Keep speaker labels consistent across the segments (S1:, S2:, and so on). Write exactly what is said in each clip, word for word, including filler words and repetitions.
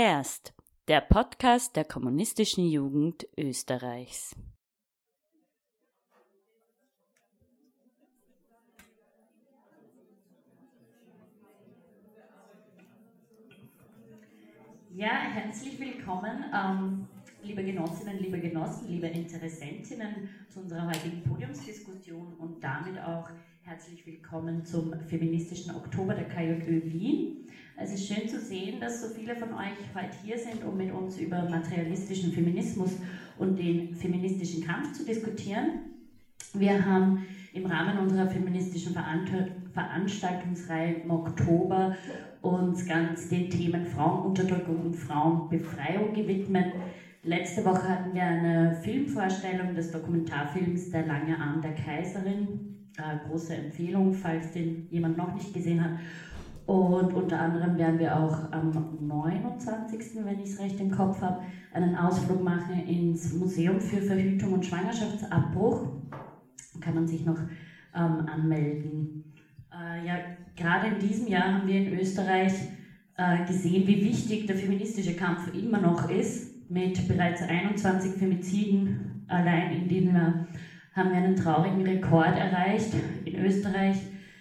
S1: Herst, der Podcast der Kommunistischen Jugend Österreichs. Ja, herzlich willkommen, ähm, liebe Genossinnen, liebe Genossen, liebe Interessentinnen zu unserer heutigen Podiumsdiskussion und damit auch herzlich willkommen zum feministischen Oktober der K J Ö Wien. Es ist schön zu sehen, dass so viele von euch heute hier sind, um mit uns über materialistischen Feminismus und den feministischen Kampf zu diskutieren. Wir haben im Rahmen unserer feministischen Veranstaltungsreihe im Oktober uns ganz den Themen Frauenunterdrückung und Frauenbefreiung gewidmet. Letzte Woche hatten wir eine Filmvorstellung des Dokumentarfilms Der lange Arm der Kaiserin. Äh, große Empfehlung, falls den jemand noch nicht gesehen hat. Und unter anderem werden wir auch am neunundzwanzigsten, wenn ich es recht im Kopf habe, einen Ausflug machen ins Museum für Verhütung und Schwangerschaftsabbruch. Kann man sich noch ähm, anmelden. Äh, ja, gerade in diesem Jahr haben wir in Österreich äh, gesehen, wie wichtig der feministische Kampf immer noch ist. Mit bereits einundzwanzig Femiziden allein in diesem Jahr haben wir einen traurigen Rekord erreicht in Österreich.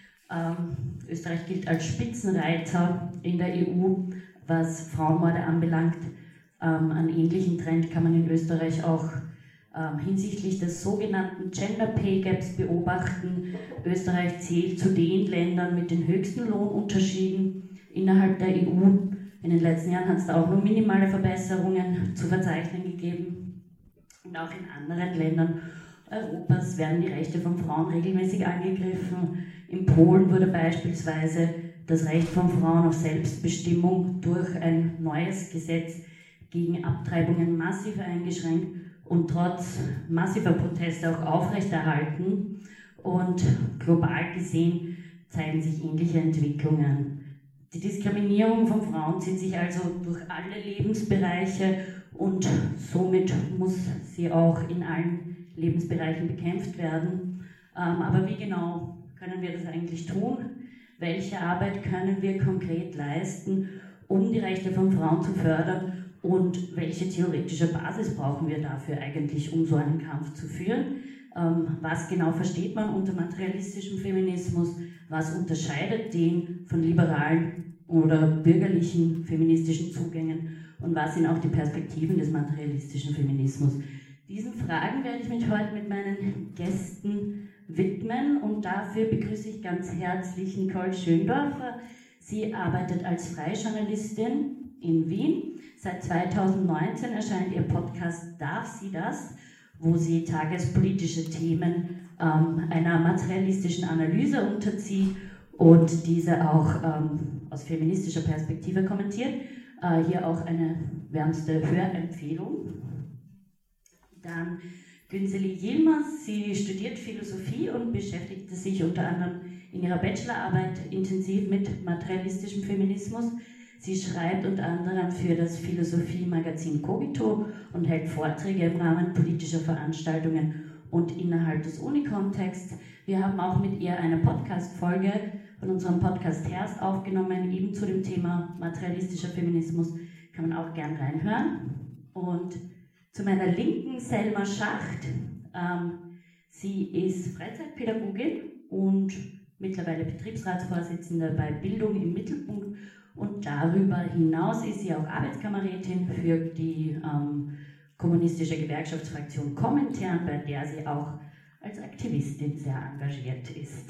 S1: Ähm, Österreich gilt als Spitzenreiter in der E U, was Frauenmorde anbelangt. Ähm, einen ähnlichen Trend kann man in Österreich auch ähm, hinsichtlich des sogenannten Gender Pay Gaps beobachten. Österreich zählt zu den Ländern mit den höchsten Lohnunterschieden innerhalb der E U. In den letzten Jahren hat es da auch nur minimale Verbesserungen zu verzeichnen gegeben. Und auch in anderen Ländern Europas werden die Rechte von Frauen regelmäßig angegriffen. In Polen wurde beispielsweise das Recht von Frauen auf Selbstbestimmung durch ein neues Gesetz gegen Abtreibungen massiv eingeschränkt und trotz massiver Proteste auch aufrechterhalten. Und global gesehen zeigen sich ähnliche Entwicklungen. Die Diskriminierung von Frauen zieht sich also durch alle Lebensbereiche und somit muss sie auch in allen Lebensbereichen bekämpft werden. Aber wie genau können wir das eigentlich tun? Welche Arbeit können wir konkret leisten, um die Rechte von Frauen zu fördern? Und welche theoretische Basis brauchen wir dafür eigentlich, um so einen Kampf zu führen? Was genau versteht man unter materialistischem Feminismus? Was unterscheidet den von liberalen oder bürgerlichen feministischen Zugängen? Und was sind auch die Perspektiven des materialistischen Feminismus? Diesen Fragen werde ich mich heute mit meinen Gästen widmen und dafür begrüße ich ganz herzlich Nicole Schöndorfer. Sie arbeitet als Freijournalistin in Wien. Seit zweitausendneunzehn erscheint ihr Podcast Darf sie das?, wo sie tagespolitische Themen ähm, einer materialistischen Analyse unterzieht und diese auch ähm, aus feministischer Perspektive kommentiert. Äh, hier auch eine wärmste Hörempfehlung. Dann Günzeli Yilmaz, sie studiert Philosophie und beschäftigte sich unter anderem in ihrer Bachelorarbeit intensiv mit materialistischem Feminismus. Sie schreibt unter anderem für das Philosophie-Magazin Cogito und hält Vorträge im Rahmen politischer Veranstaltungen und innerhalb des Unikontexts. Wir haben auch mit ihr eine Podcast-Folge von unserem Podcast Herst aufgenommen, eben zu dem Thema materialistischer Feminismus. Kann man auch gern reinhören. Und zu meiner Linken Selma Schacht. Ähm, sie ist Freizeitpädagogin und mittlerweile Betriebsratsvorsitzende bei Bildung im Mittelpunkt. Und darüber hinaus ist sie auch Arbeitskamerätin für die ähm, kommunistische Gewerkschaftsfraktion Komintern, bei der sie auch als Aktivistin sehr engagiert ist.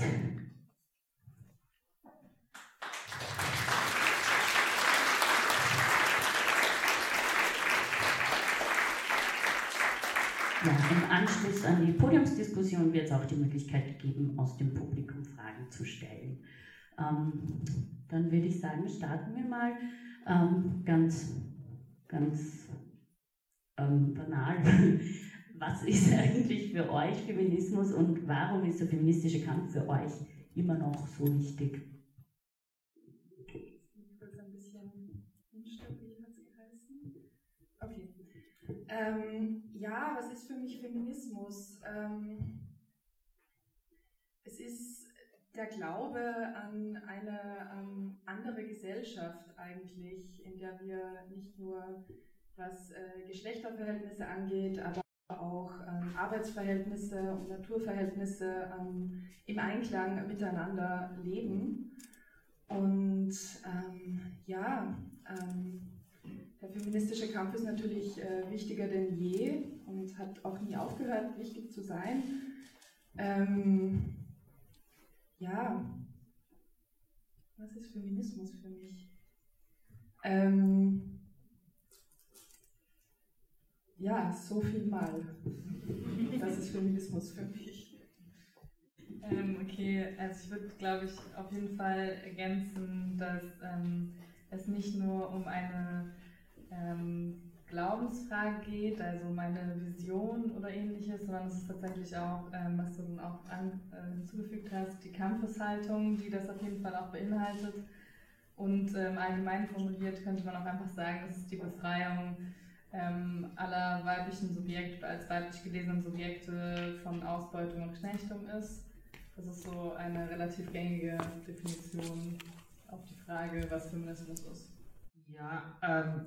S1: Ja, im Anschluss an die Podiumsdiskussion wird es auch die Möglichkeit geben, aus dem Publikum Fragen zu stellen. Ähm, dann würde ich sagen, starten wir mal ähm, ganz, ganz ähm, banal. Was ist eigentlich für euch Feminismus und warum ist der feministische Kampf für euch immer noch so wichtig?
S2: Kurz ein bisschen instabil hat es geheißen. Okay. Ähm, ja, was ist für mich Feminismus? Ähm, es ist der Glaube an eine ähm, andere Gesellschaft eigentlich, in der wir nicht nur was äh, Geschlechterverhältnisse angeht, aber auch ähm, Arbeitsverhältnisse und Naturverhältnisse ähm, im Einklang miteinander leben. Und ähm, ja, ähm, der feministische Kampf ist natürlich äh, wichtiger denn je und hat auch nie aufgehört, wichtig zu sein. Ähm, ja, was ist Feminismus für mich? Ähm, ja, so viel mal. Das ist Feminismus für mich.
S3: Ähm, okay, also ich würde, glaube ich, auf jeden Fall ergänzen, dass ähm, es nicht nur um eine ähm, Glaubensfrage geht, also um eine Vision oder ähnliches, sondern es ist tatsächlich auch, ähm, was du dann auch an, äh, hinzugefügt hast, die Kampfeshaltung, die das auf jeden Fall auch beinhaltet. Und ähm, allgemein formuliert könnte man auch einfach sagen, das ist die Befreiung ähm, aller weiblichen Subjekte, als weiblich gelesenen Subjekte von Ausbeutung und Knechtung ist. Das ist so eine relativ gängige Definition auf die Frage, was Feminismus ist.
S4: Ja, ähm,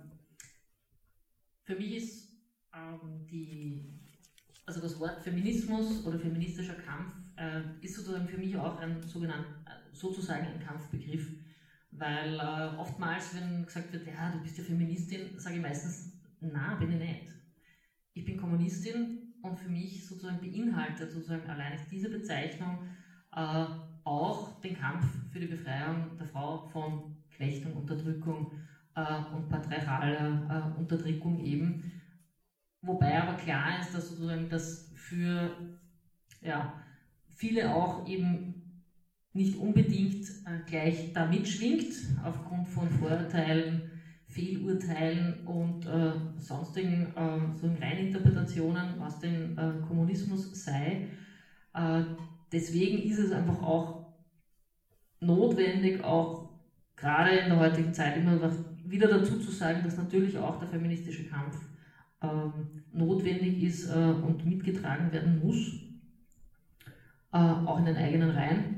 S4: für mich ist ähm, die, also das Wort Feminismus oder feministischer Kampf äh, ist sozusagen für mich auch ein sogenannt, sozusagen ein Kampfbegriff, weil äh, oftmals, wenn gesagt wird, ja, du bist ja Feministin, sage ich meistens, na, bin ich nicht. Ich bin Kommunistin und für mich sozusagen beinhaltet sozusagen allein diese Bezeichnung äh, auch den Kampf für die Befreiung der Frau von Knechtung, Unterdrückung äh, und patriarchaler äh, Unterdrückung eben. Wobei aber klar ist, dass sozusagen das für ja, viele auch eben nicht unbedingt äh, gleich da mitschwingt, aufgrund von Vorurteilen, Fehlurteilen und äh, sonstigen äh, so Reininterpretationen, was denn äh, Kommunismus sei. Äh, deswegen ist es einfach auch notwendig, auch gerade in der heutigen Zeit immer wieder dazu zu sagen, dass natürlich auch der feministische Kampf ähm, notwendig ist äh, und mitgetragen werden muss, äh, auch in den eigenen Reihen.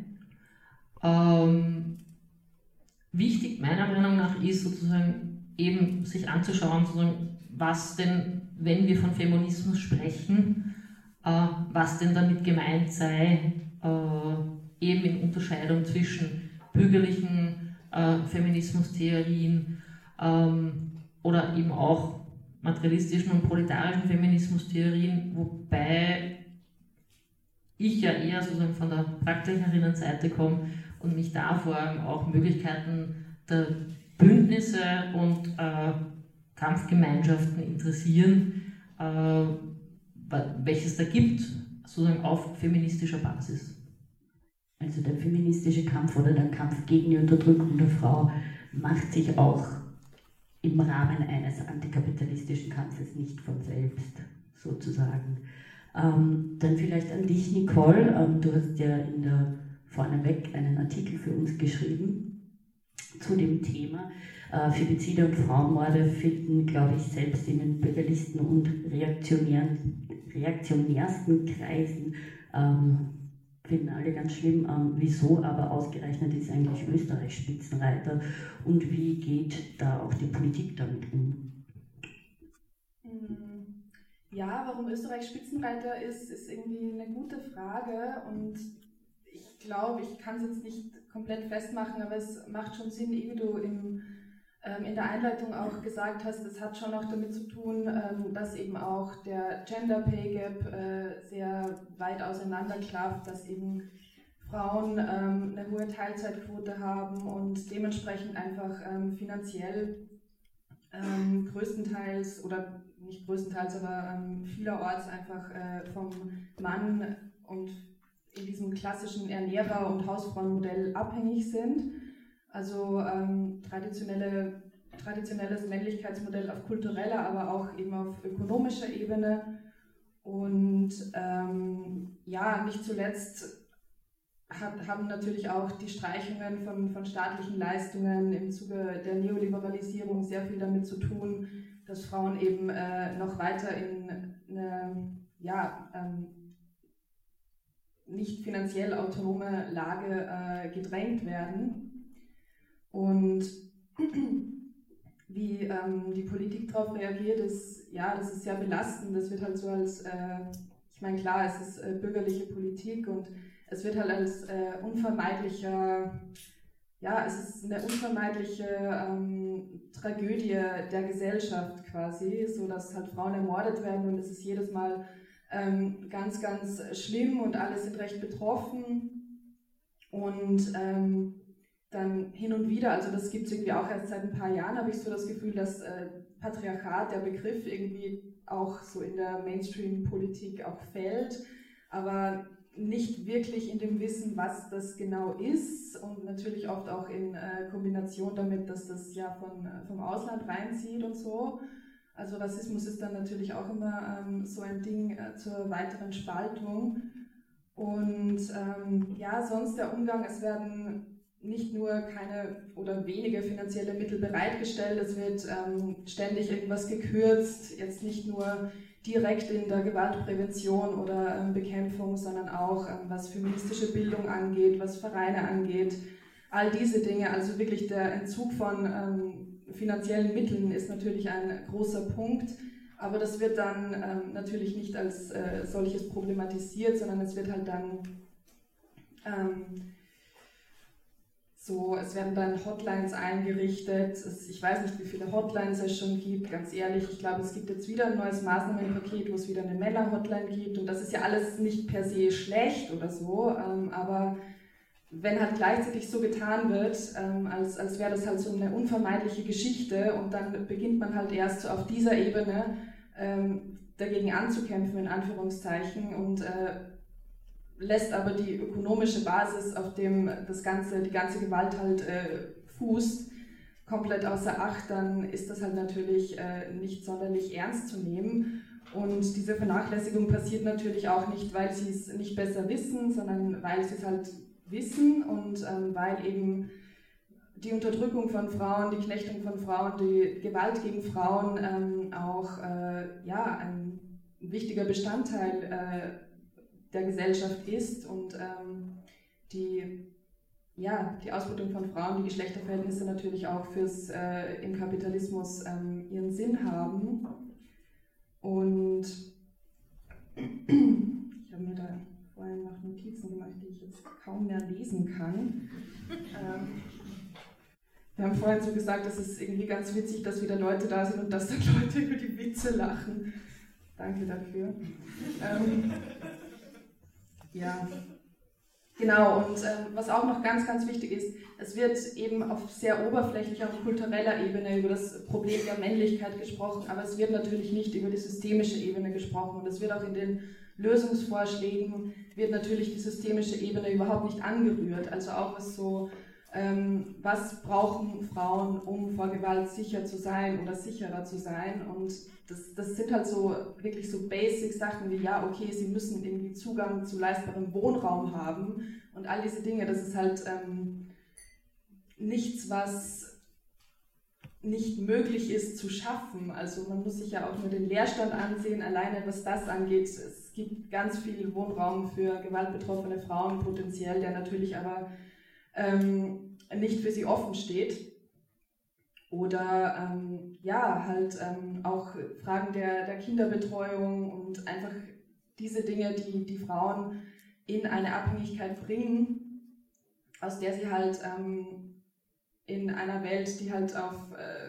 S4: Ähm, wichtig meiner Meinung nach ist sozusagen eben sich anzuschauen, sozusagen, was denn, wenn wir von Feminismus sprechen, äh, was denn damit gemeint sei, äh, eben in Unterscheidung zwischen bürgerlichen äh, Feminismustheorien ähm, oder eben auch materialistischen und proletarischen Feminismustheorien, wobei ich ja eher sozusagen von der Praktikerinnenseite komme und mich da vor allem auch Möglichkeiten der Bündnisse und äh, Kampfgemeinschaften interessieren, äh, welches da gibt, sozusagen auf feministischer Basis.
S1: Also der feministische Kampf oder der Kampf gegen die Unterdrückung der Frau macht sich auch im Rahmen eines antikapitalistischen Kampfes nicht von selbst, sozusagen. Ähm, dann vielleicht an dich, Nicole. Ähm, du hast ja in der, vorneweg einen Artikel für uns geschrieben zu dem Thema. Äh, Femizide und Frauenmorde finden, glaube ich, selbst in den bürgerlichsten und reaktionären, reaktionärsten Kreisen ähm, finden alle ganz schlimm. Ähm, wieso aber ausgerechnet ist eigentlich Österreich Spitzenreiter und wie geht da auch die Politik damit um?
S2: Ja, warum Österreich Spitzenreiter ist, ist irgendwie eine gute Frage und ich glaube, ich kann es jetzt nicht komplett festmachen, aber es macht schon Sinn, wie du im, ähm, in der Einleitung auch gesagt hast, es hat schon auch damit zu tun, ähm, dass eben auch der Gender Pay Gap äh, sehr weit auseinanderklafft, dass eben Frauen ähm, eine hohe Teilzeitquote haben und dementsprechend einfach ähm, finanziell ähm, größtenteils oder nicht größtenteils, aber ähm, vielerorts einfach äh, vom Mann und in diesem klassischen Ernährer- und Hausfrauenmodell abhängig sind. Also ähm, traditionelle, traditionelles Männlichkeitsmodell auf kultureller, aber auch eben auf ökonomischer Ebene. Und ähm, ja, nicht zuletzt hat, haben natürlich auch die Streichungen von, von staatlichen Leistungen im Zuge der Neoliberalisierung sehr viel damit zu tun, dass Frauen eben äh, noch weiter in eine, ja, ähm, nicht finanziell autonome Lage äh, gedrängt werden. Und wie ähm, die Politik darauf reagiert, ist, ja, das ist sehr belastend. Das wird halt so als, äh, ich meine, klar, es ist äh, bürgerliche Politik und es wird halt als äh, unvermeidlicher, ja, es ist eine unvermeidliche ähm, Tragödie der Gesellschaft quasi, so dass halt Frauen ermordet werden und es ist jedes Mal ähm, ganz, ganz schlimm und alle sind recht betroffen und ähm, dann hin und wieder, also das gibt es irgendwie auch erst seit ein paar Jahren, habe ich so das Gefühl, dass äh, Patriarchat, der Begriff irgendwie auch so in der Mainstream-Politik auch fällt, aber nicht wirklich in dem Wissen, was das genau ist und natürlich oft auch in äh, Kombination damit, dass das ja von, äh, vom Ausland reinzieht und so. Also Rassismus ist dann natürlich auch immer ähm, so ein Ding äh, zur weiteren Spaltung. Und ähm, ja, sonst der Umgang, es werden nicht nur keine oder wenige finanzielle Mittel bereitgestellt, es wird ähm, ständig irgendwas gekürzt, jetzt nicht nur direkt in der Gewaltprävention oder ähm, Bekämpfung, sondern auch ähm, was feministische Bildung angeht, was Vereine angeht, all diese Dinge, also wirklich der Entzug von ähm, finanziellen Mitteln ist natürlich ein großer Punkt, aber das wird dann ähm, natürlich nicht als äh, solches problematisiert, sondern es wird halt dann ähm, so, es werden dann Hotlines eingerichtet. Es, ich weiß nicht, wie viele Hotlines es schon gibt, ganz ehrlich. Ich glaube, es gibt jetzt wieder ein neues Maßnahmenpaket, wo es wieder eine Männer-Hotline gibt. Und das ist ja alles nicht per se schlecht oder so. Ähm, aber wenn halt gleichzeitig so getan wird, ähm, als, als wäre das halt so eine unvermeidliche Geschichte und dann beginnt man halt erst so auf dieser Ebene ähm, dagegen anzukämpfen, in Anführungszeichen, und äh, lässt aber die ökonomische Basis, auf dem das ganze, die ganze Gewalt halt äh, fußt, komplett außer Acht, dann ist das halt natürlich äh, nicht sonderlich ernst zu nehmen. Und diese Vernachlässigung passiert natürlich auch nicht, weil sie es nicht besser wissen, sondern weil sie es halt wissen und ähm, weil eben die Unterdrückung von Frauen, die Knechtung von Frauen, die Gewalt gegen Frauen ähm, auch äh, ja, ein wichtiger Bestandteil äh, der Gesellschaft ist und ähm, die, ja, die Ausbeutung von Frauen, die Geschlechterverhältnisse natürlich auch fürs, äh, im Kapitalismus ähm, ihren Sinn haben. Und ich habe mir da vorhin noch Notizen gemacht, die ich jetzt kaum mehr lesen kann. ähm, wir haben vorhin so gesagt, es ist irgendwie ganz witzig, dass wieder Leute da sind und dass dann Leute über die Witze lachen. Danke dafür. ähm, Ja, genau. Und äh, was auch noch ganz, ganz wichtig ist, es wird eben auf sehr oberflächlicher und kultureller Ebene über das Problem der Männlichkeit gesprochen, aber es wird natürlich nicht über die systemische Ebene gesprochen. Und es wird auch in den Lösungsvorschlägen, wird natürlich die systemische Ebene überhaupt nicht angerührt. Also auch was so, ähm, was brauchen Frauen, um vor Gewalt sicher zu sein oder sicherer zu sein. Und Das, das sind halt so wirklich so Basic-Sachen wie, ja, okay, sie müssen irgendwie Zugang zu leistbarem Wohnraum haben und all diese Dinge, das ist halt ähm, nichts, was nicht möglich ist zu schaffen. Also man muss sich ja auch nur den Leerstand ansehen, alleine was das angeht. Es gibt ganz viel Wohnraum für gewaltbetroffene Frauen potenziell, der natürlich aber ähm, nicht für sie offen steht. Oder ähm, ja, halt ähm, auch Fragen der, der Kinderbetreuung und einfach diese Dinge, die die Frauen in eine Abhängigkeit bringen, aus der sie halt ähm, in einer Welt, die halt auf,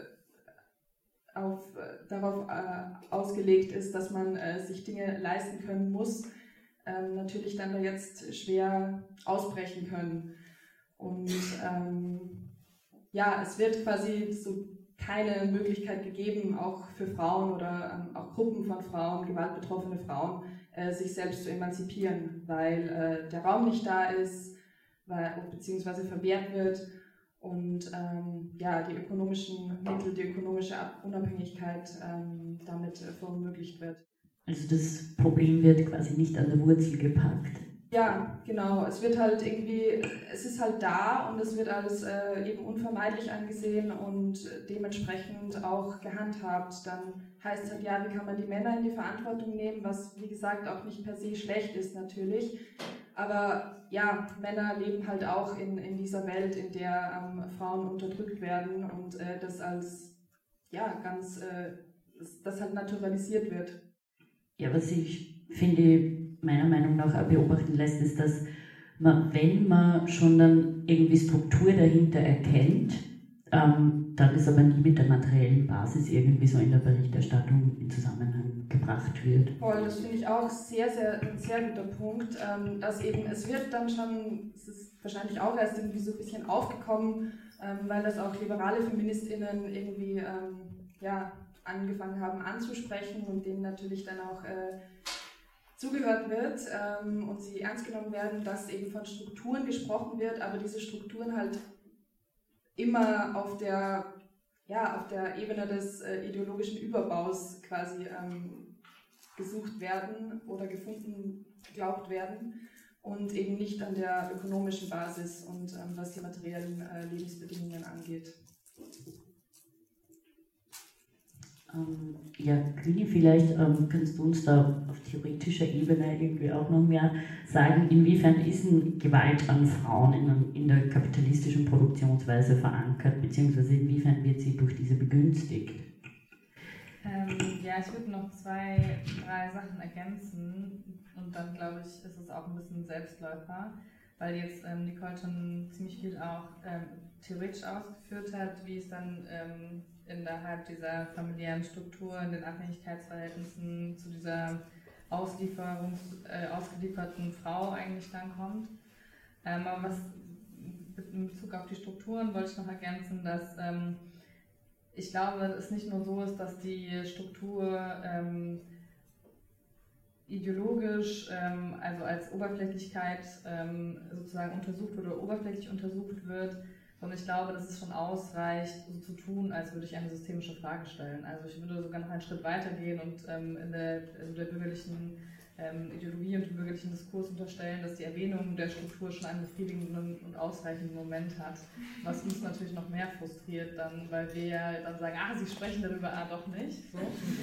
S2: äh, auf, äh, darauf äh, ausgelegt ist, dass man äh, sich Dinge leisten können muss, äh, natürlich dann da jetzt schwer ausbrechen können. Und ähm, ja, es wird quasi so keine Möglichkeit gegeben, auch für Frauen oder ähm, auch Gruppen von Frauen, gewaltbetroffene Frauen, äh, sich selbst zu emanzipieren, weil äh, der Raum nicht da ist, weil, beziehungsweise verwehrt wird und ähm, ja, die ökonomischen Mittel, die ökonomische Unabhängigkeit ähm, damit äh, verunmöglicht wird.
S1: Also das Problem wird quasi nicht an der Wurzel gepackt.
S2: Ja, genau. Es wird halt irgendwie, es ist halt da und es wird als äh, eben unvermeidlich angesehen und dementsprechend auch gehandhabt. Dann heißt es halt, ja, wie kann man die Männer in die Verantwortung nehmen, was wie gesagt auch nicht per se schlecht ist natürlich. Aber ja, Männer leben halt auch in, in dieser Welt, in der ähm, Frauen unterdrückt werden und äh, das als, ja, ganz, äh, das, das halt naturalisiert wird.
S1: Ja, was ich finde, meiner Meinung nach auch beobachten lässt, ist, dass man, wenn man schon dann irgendwie Struktur dahinter erkennt, ähm, dann ist aber nie mit der materiellen Basis irgendwie so in der Berichterstattung in Zusammenhang gebracht wird.
S2: Voll, das finde ich auch sehr, sehr, ein sehr guter Punkt, ähm, dass eben, es wird dann schon, es ist wahrscheinlich auch erst irgendwie so ein bisschen aufgekommen, ähm, weil das auch liberale FeministInnen irgendwie, ähm, ja, angefangen haben anzusprechen und denen natürlich dann auch äh, zugehört wird ähm, und sie ernst genommen werden, dass eben von Strukturen gesprochen wird, aber diese Strukturen halt immer auf der, ja, auf der Ebene des äh, ideologischen Überbaus quasi ähm, gesucht werden oder gefunden geglaubt werden und eben nicht an der ökonomischen Basis und ähm, was die materiellen äh, Lebensbedingungen angeht.
S1: Ähm, ja, Queenie, vielleicht ähm, kannst du uns da auf theoretischer Ebene irgendwie auch noch mehr sagen, inwiefern ist denn Gewalt an Frauen in, in der kapitalistischen Produktionsweise verankert, beziehungsweise inwiefern wird sie durch diese begünstigt?
S3: Ähm, ja, ich würde noch zwei, drei Sachen ergänzen und dann glaube ich, ist es auch ein bisschen Selbstläufer, weil jetzt ähm, Nicole schon ziemlich viel auch ähm, theoretisch ausgeführt hat, wie es dann ähm, innerhalb dieser familiären Struktur, in den Abhängigkeitsverhältnissen zu dieser Auslieferungs, äh, ausgelieferten Frau eigentlich dann kommt. Ähm, aber was in Bezug auf die Strukturen wollte ich noch ergänzen, dass ähm, ich glaube, es nicht nur so ist, dass die Struktur ähm, ideologisch, ähm, also als Oberflächlichkeit ähm, sozusagen untersucht wird oder oberflächlich untersucht wird, sondern ich glaube, dass es schon ausreicht, so zu tun, als würde ich eine systemische Frage stellen. Also ich würde sogar noch einen Schritt weiter gehen und ähm, in, der, in der bürgerlichen ähm, Ideologie und im bürgerlichen Diskurs unterstellen, dass die Erwähnung der Struktur schon einen befriedigenden und ausreichenden Moment hat, was uns natürlich noch mehr frustriert, dann, weil wir ja dann sagen, ah, sie sprechen darüber, ah, doch nicht. So.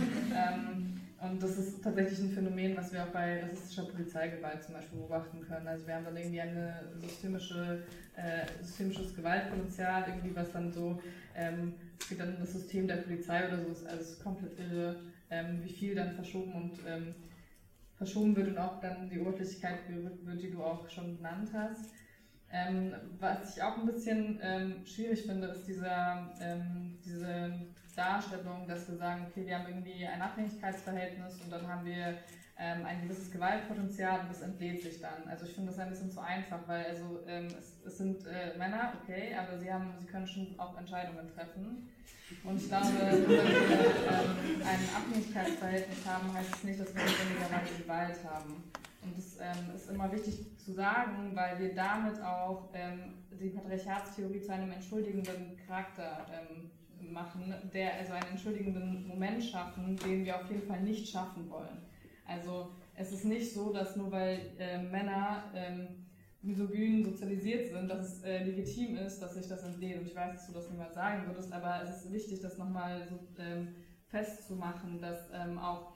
S3: ähm, Und das ist tatsächlich ein Phänomen, was wir auch bei rassistischer Polizeigewalt zum Beispiel beobachten können. Also wir haben dann irgendwie ein systemische, äh, systemisches Gewaltpotenzial, irgendwie was dann so, ähm, es gibt dann das System der Polizei oder so, ist alles komplett irre, ähm, wie viel dann verschoben und ähm, verschoben wird und auch dann die Oberflächlichkeit gerückt wird, die du auch schon genannt hast. Ähm, was ich auch ein bisschen ähm, schwierig finde, ist dieser, ähm, diese Darstellung, dass wir sagen, okay, wir haben irgendwie ein Abhängigkeitsverhältnis und dann haben wir ähm, ein gewisses Gewaltpotenzial und das entlädt sich dann. Also ich finde das ein bisschen zu einfach, weil also ähm, es, es sind äh, Männer, okay, aber sie haben, sie können schon auch Entscheidungen treffen. Und ich glaube, wenn wir ähm, ein Abhängigkeitsverhältnis haben, heißt es nicht, dass wir notwendigerweise Gewalt haben. Und das ähm, ist immer wichtig zu sagen, weil wir damit auch ähm, die Patriarchatstheorie zu einem entschuldigenden Charakter ähm, machen, der also einen entschuldigenden Moment schaffen, den wir auf jeden Fall nicht schaffen wollen. Also es ist nicht so, dass nur weil äh, Männer ähm, misogyn sozialisiert sind, dass es äh, legitim ist, dass sich das entlädt. Und ich weiß, dass du das niemals sagen würdest, aber es ist wichtig, das nochmal so ähm, festzumachen, dass ähm, auch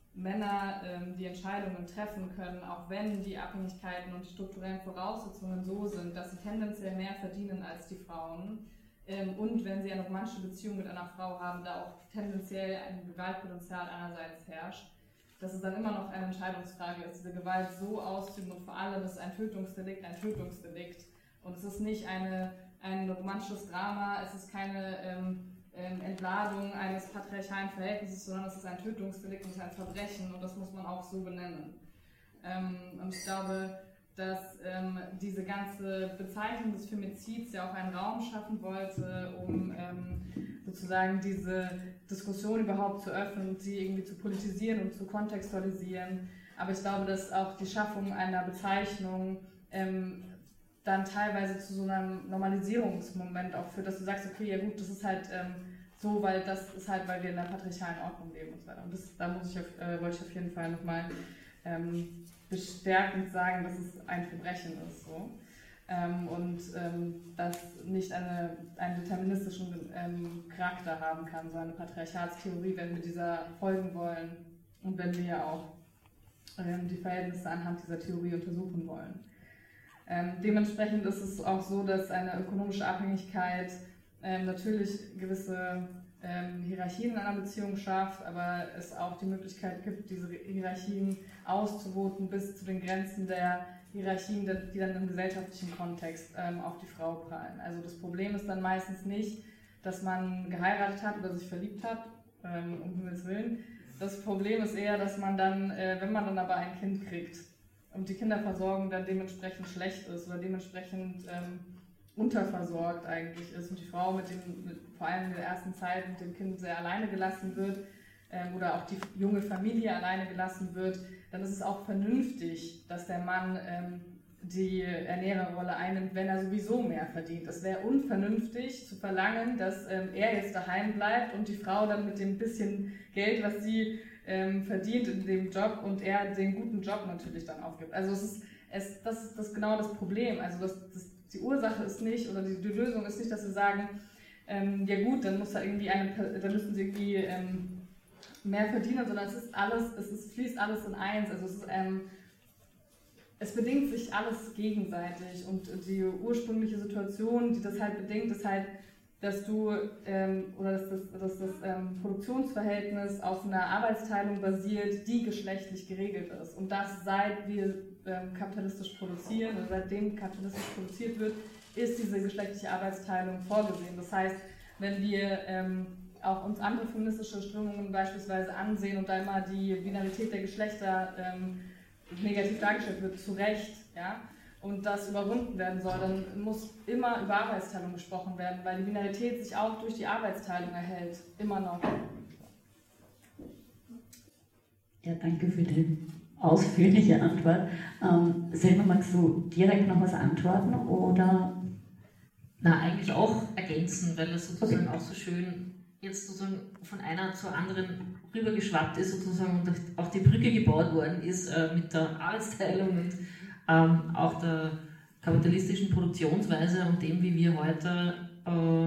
S3: Männer ähm, die Entscheidungen treffen können, auch wenn die Abhängigkeiten und die strukturellen Voraussetzungen so sind, dass sie tendenziell mehr verdienen als die Frauen. Ähm, und wenn sie eine romantische Beziehung mit einer Frau haben, da auch tendenziell ein Gewaltpotenzial einerseits herrscht, dass es dann immer noch eine Entscheidungsfrage ist, diese Gewalt so auszuüben und vor allem ist ein Tötungsdelikt ein Tötungsdelikt und es ist nicht eine, ein romantisches Drama, es ist keine ähm, ähm, Entladung eines patriarchalen Verhältnisses, sondern es ist ein Tötungsdelikt und es ist ein Verbrechen und das muss man auch so benennen. Ähm, und ich glaube, dass ähm, diese ganze Bezeichnung des Femizids ja auch einen Raum schaffen wollte, um ähm, sozusagen diese Diskussion überhaupt zu öffnen und sie irgendwie zu politisieren und zu kontextualisieren. Aber ich glaube, dass auch die Schaffung einer Bezeichnung ähm, dann teilweise zu so einem Normalisierungsmoment auch führt, dass du sagst, okay, ja gut, das ist halt ähm, so, weil das ist halt, weil wir in einer patriarchalen Ordnung leben und so weiter. Und das, da muss ich auf, äh, wollte ich auf jeden Fall nochmal ähm, bestärkend sagen, dass es ein Verbrechen ist. So. Ähm, und ähm, das nicht eine, einen deterministischen ähm, Charakter haben kann, so eine Patriarchatstheorie, wenn wir dieser folgen wollen und wenn wir auch ähm, die Verhältnisse anhand dieser Theorie untersuchen wollen. Ähm, dementsprechend ist es auch so, dass eine ökonomische Abhängigkeit ähm, natürlich gewisse ähm, Hierarchien in einer Beziehung schafft, aber es auch die Möglichkeit gibt, diese Hierarchien auszuloten bis zu den Grenzen der Hierarchien, die dann im gesellschaftlichen Kontext ähm, auf die Frau prallen. Also das Problem ist dann meistens nicht, dass man geheiratet hat oder sich verliebt hat, ähm, um Himmels Willen. Das Problem ist eher, dass man dann, äh, wenn man dann aber ein Kind kriegt und die Kinderversorgung dann dementsprechend schlecht ist oder dementsprechend ähm, unterversorgt eigentlich ist und die Frau mit dem, mit, vor allem in der ersten Zeit mit dem Kind sehr alleine gelassen wird ähm, oder auch die junge Familie alleine gelassen wird, dann ist es auch vernünftig, dass der Mann ähm, die Ernährerrolle einnimmt, wenn er sowieso mehr verdient. Es wäre unvernünftig zu verlangen, dass ähm, er jetzt daheim bleibt und die Frau dann mit dem bisschen Geld, was sie ähm, verdient in dem Job und er den guten Job natürlich dann aufgibt. Also es ist, es, das ist das genau das Problem. Also das, das, die Ursache ist nicht, oder die, die Lösung ist nicht, dass wir sagen, ähm, ja gut, dann muss da irgendwie eine, dann müssen sie irgendwie ähm, mehr verdienen, sondern es ist alles, es ist, fließt alles in eins. Also es ist, ähm, es bedingt sich alles gegenseitig und die ursprüngliche Situation, die das halt bedingt, ist halt, dass du ähm, oder dass das, dass das ähm, Produktionsverhältnis auf einer Arbeitsteilung basiert, die geschlechtlich geregelt ist. Und das seit wir ähm, kapitalistisch produzieren oder seitdem kapitalistisch produziert wird, ist diese geschlechtliche Arbeitsteilung vorgesehen. Das heißt, wenn wir ähm, auch uns andere feministische Strömungen beispielsweise ansehen und da immer die Binarität der Geschlechter ähm, negativ dargestellt wird, zu Recht, ja, und das überwunden werden soll, dann muss immer über Arbeitsteilung gesprochen werden, weil die Binarität sich auch durch die Arbeitsteilung erhält, immer noch.
S1: Ja, danke für die ausführliche Antwort. Ähm, Selma, magst du direkt noch was antworten oder?
S4: Na, eigentlich auch ergänzen, weil das sozusagen
S1: Okay.
S4: auch so schön jetzt sozusagen von einer zur anderen rübergeschwappt ist sozusagen und auch die Brücke gebaut worden ist äh, mit der Arbeitsteilung und ähm, auch der kapitalistischen Produktionsweise und dem, wie wir heute äh,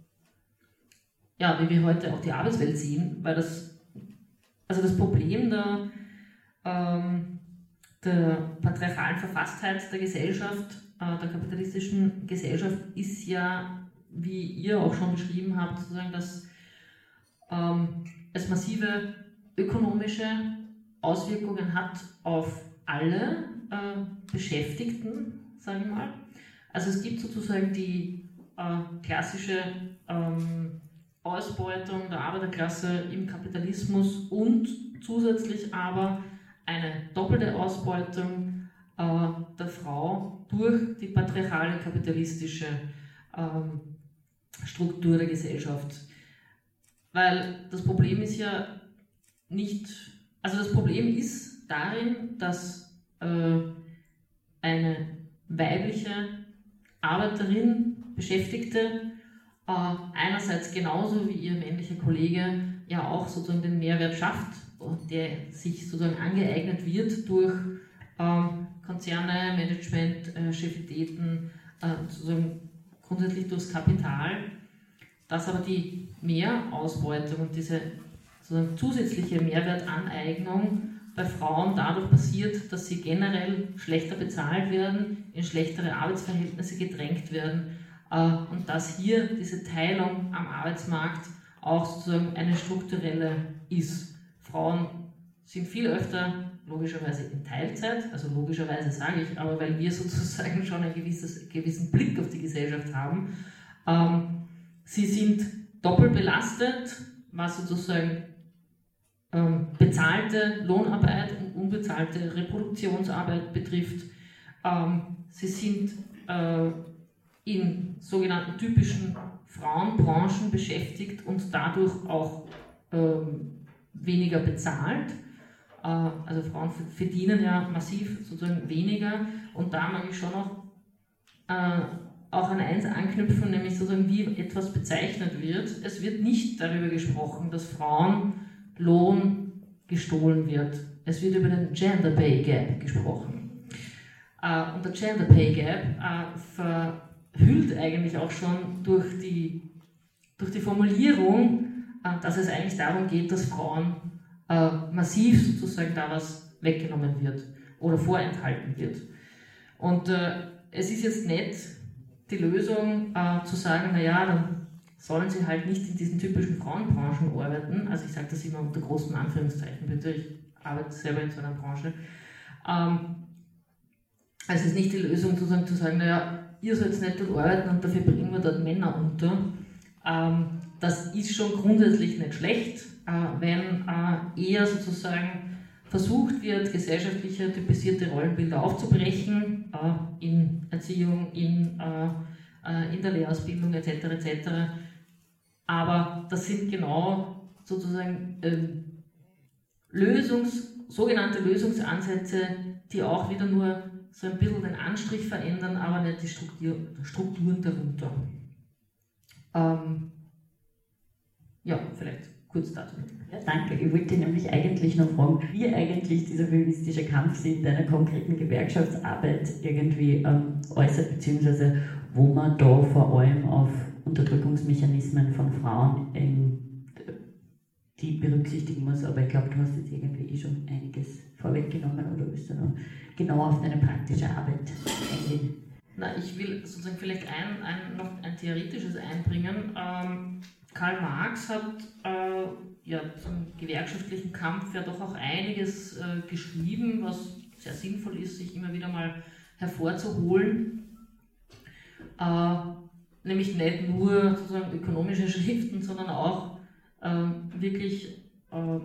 S4: ja, wie wir heute auch die Arbeitswelt sehen, weil das also das Problem der, ähm, der patriarchalen Verfasstheit der Gesellschaft, äh, der kapitalistischen Gesellschaft ist ja, wie ihr auch schon beschrieben habt, sozusagen, dass ähm, es massive ökonomische Auswirkungen hat auf alle äh, Beschäftigten, sagen wir mal. Also es gibt sozusagen die äh, klassische ähm, Ausbeutung der Arbeiterklasse im Kapitalismus und zusätzlich aber eine doppelte Ausbeutung äh, der Frau durch die patriarchale kapitalistische ähm, Struktur der Gesellschaft. Weil das Problem ist ja nicht, also das Problem ist darin, dass äh, eine weibliche Arbeiterin, Beschäftigte, äh, einerseits genauso wie ihr männlicher Kollege ja auch sozusagen den Mehrwert schafft, der sich sozusagen angeeignet wird durch ähm, Konzerne, Management, äh, Chefitäten, äh, sozusagen grundsätzlich durchs Kapital, dass aber die Mehrausbeutung und diese sozusagen zusätzliche Mehrwertaneignung bei Frauen dadurch passiert, dass sie generell schlechter bezahlt werden, in schlechtere Arbeitsverhältnisse gedrängt werden äh, und dass hier diese Teilung am Arbeitsmarkt auch sozusagen eine strukturelle ist. Frauen sind viel öfter logischerweise in Teilzeit, also logischerweise sage ich, aber weil wir sozusagen schon einen gewisses, gewissen Blick auf die Gesellschaft haben. Ähm, sie sind doppelt belastet, was sozusagen ähm, bezahlte Lohnarbeit und unbezahlte Reproduktionsarbeit betrifft. Ähm, sie sind äh, in sogenannten typischen Frauenbranchen beschäftigt und dadurch auch ähm, weniger bezahlt. Äh, also Frauen verdienen ja massiv sozusagen weniger und da mag ich schon noch äh, auch an eins anknüpfen, nämlich sozusagen wie etwas bezeichnet wird. Es wird nicht darüber gesprochen, dass Frauen Lohn gestohlen wird. Es wird über den Gender Pay Gap gesprochen. Äh, und der Gender Pay Gap äh, verhüllt eigentlich auch schon durch die, durch die Formulierung, äh, dass es eigentlich darum geht, dass Frauen äh, massiv sozusagen da was weggenommen wird oder vorenthalten wird. Und äh, es ist jetzt nicht die Lösung äh, zu sagen, naja, dann sollen sie halt nicht in diesen typischen Frauenbranchen arbeiten. Also ich sage das immer unter großen Anführungszeichen, bitte, ich arbeite selber in so einer Branche. Ähm, also es ist nicht die Lösung sozusagen zu sagen, naja, ihr sollt nicht dort arbeiten und dafür bringen wir dort Männer unter. Ähm, das ist schon grundsätzlich nicht schlecht, äh, wenn äh, eher sozusagen versucht wird, gesellschaftliche typisierte Rollenbilder aufzubrechen, äh, in Erziehung, in, äh, in der Lehrausbildung et cetera et cetera. Aber das sind genau sozusagen äh, Lösungs, sogenannte Lösungsansätze, die auch wieder nur so ein bisschen den Anstrich verändern, aber nicht die Struktur, Strukturen darunter. Ähm, ja, vielleicht kurz dazu.
S1: Ja, danke. Ich wollte nämlich eigentlich noch fragen, wie eigentlich dieser feministische Kampf sich in deiner konkreten Gewerkschaftsarbeit irgendwie ähm, äußert, beziehungsweise wo man da vor allem auf Unterdrückungsmechanismen von Frauen in, die berücksichtigen muss. Aber ich glaube, du hast jetzt irgendwie eh schon einiges vorweggenommen oder willst du noch genau auf deine praktische Arbeit eingehen?
S4: Na, ich will sozusagen vielleicht ein, ein, noch ein theoretisches einbringen. Ähm, Karl Marx hat äh, ja, zum gewerkschaftlichen Kampf ja doch auch einiges äh, geschrieben, was sehr sinnvoll ist, sich immer wieder mal hervorzuholen. Äh, nämlich nicht nur sozusagen ökonomische Schriften, sondern auch äh, wirklich äh,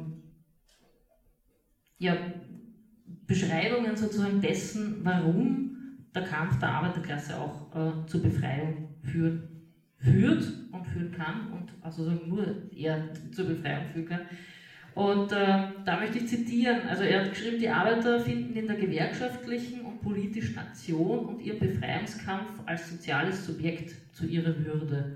S4: ja, Beschreibungen sozusagen dessen, warum der Kampf der Arbeiterklasse auch äh, zur Befreiung führt, führt und führen kann und also nur er zur Befreiung führen kann. Und äh, da möchte ich zitieren, also er hat geschrieben, die Arbeiter finden in der gewerkschaftlichen und politischen Aktion und ihrem Befreiungskampf als soziales Subjekt zu ihrer Würde.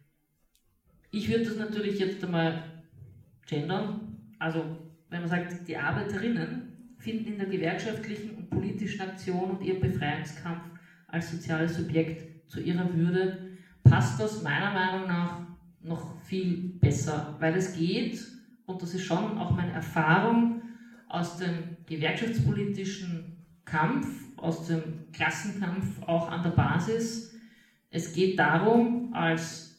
S4: Ich würde das natürlich jetzt einmal gendern, also wenn man sagt, die Arbeiterinnen finden in der gewerkschaftlichen und politischen Aktion und ihrem Befreiungskampf als soziales Subjekt zu ihrer Würde, passt das meiner Meinung nach noch viel besser, weil es geht, und das ist schon auch meine Erfahrung aus dem gewerkschaftspolitischen Kampf, aus dem Klassenkampf auch an der Basis, es geht darum, als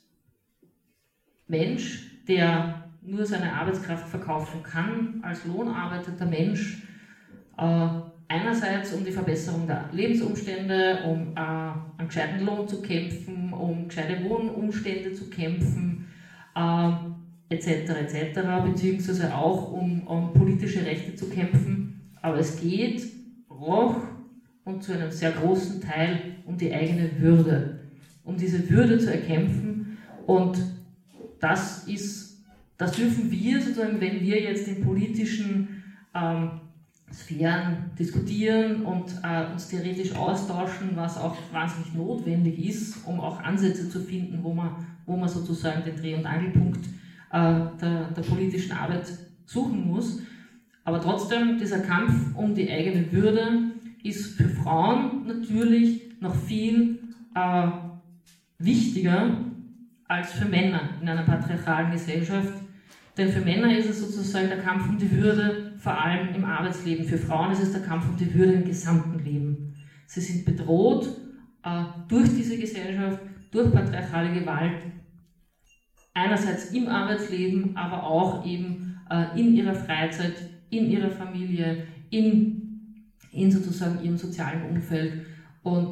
S4: Mensch, der nur seine Arbeitskraft verkaufen kann, als lohnarbeitender Mensch, äh, einerseits um die Verbesserung der Lebensumstände, um äh, einen gescheiten Lohn zu kämpfen, um gescheite Wohnumstände zu kämpfen, äh, et cetera et cetera, beziehungsweise auch um, um politische Rechte zu kämpfen. Aber es geht auch und zu einem sehr großen Teil um die eigene Würde, um diese Würde zu erkämpfen. Und das ist, das dürfen wir sozusagen, wenn wir jetzt in politischen ähm, Sphären diskutieren und äh, uns theoretisch austauschen, was auch wahnsinnig notwendig ist, um auch Ansätze zu finden, wo man, wo man sozusagen den Dreh- und Angelpunkt äh, der, der politischen Arbeit suchen muss. Aber trotzdem, dieser Kampf um die eigene Würde ist für Frauen natürlich noch viel äh, wichtiger als für Männer in einer patriarchalen Gesellschaft. Denn für Männer ist es sozusagen der Kampf um die Würde, vor allem im Arbeitsleben. Für Frauen ist es der Kampf um die Würde im gesamten Leben. Sie sind bedroht äh, durch diese Gesellschaft, durch patriarchale Gewalt, einerseits im Arbeitsleben, aber auch eben äh, in ihrer Freizeit, in ihrer Familie, in, in sozusagen ihrem sozialen Umfeld. Und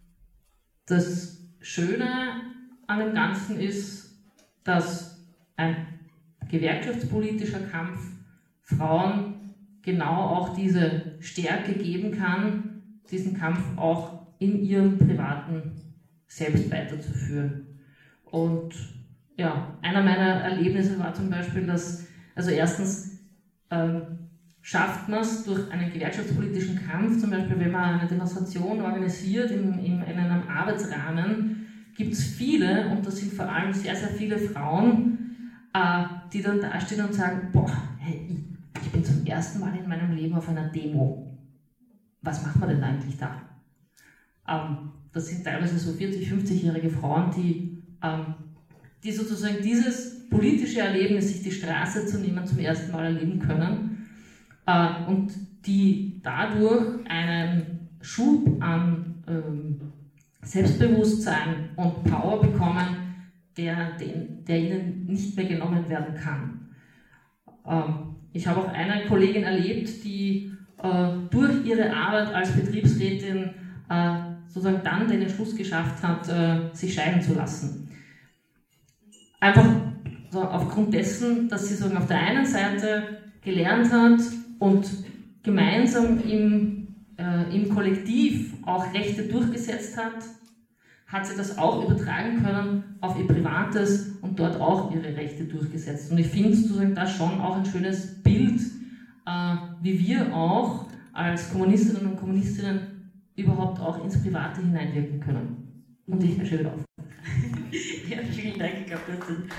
S4: das Schöne an dem Ganzen ist, dass ein gewerkschaftspolitischer Kampf Frauen genau auch diese Stärke geben kann, diesen Kampf auch in ihrem privaten Selbst weiterzuführen. Und ja, einer meiner Erlebnisse war zum Beispiel, dass, also erstens ähm, schafft man es durch einen gewerkschaftspolitischen Kampf, zum Beispiel wenn man eine Demonstration organisiert in, in, in einem Arbeitsrahmen, gibt es viele, und das sind vor allem sehr, sehr viele Frauen, äh, die dann dastehen und sagen, boah, hey, ich, ich bin zum ersten Mal in meinem Leben auf einer Demo. Was macht man denn eigentlich da? Ähm, das sind teilweise so vierzig-, fünfzigjährige Frauen, die, ähm, die sozusagen dieses politische Erlebnis, sich die Straße zu nehmen, zum ersten Mal erleben können äh, und die dadurch einen Schub an ähm, Selbstbewusstsein und Power bekommen, der, den, der ihnen nicht mehr genommen werden kann. Ähm, ich habe auch eine Kollegin erlebt, die äh, durch ihre Arbeit als Betriebsrätin äh, sozusagen dann den Entschluss geschafft hat, äh, sich scheiden zu lassen. Einfach so aufgrund dessen, dass sie sozusagen auf der einen Seite gelernt hat und gemeinsam im, äh, im Kollektiv auch Rechte durchgesetzt hat, hat sie das auch übertragen können auf ihr Privates und dort auch ihre Rechte durchgesetzt. Und ich finde sozusagen das schon auch ein schönes Bild, äh, wie wir auch als Kommunistinnen und Kommunistinnen überhaupt auch ins Private hineinwirken können. Und ich höre wieder auf.
S1: Ja, vielen Dank. Ich glaube, das ist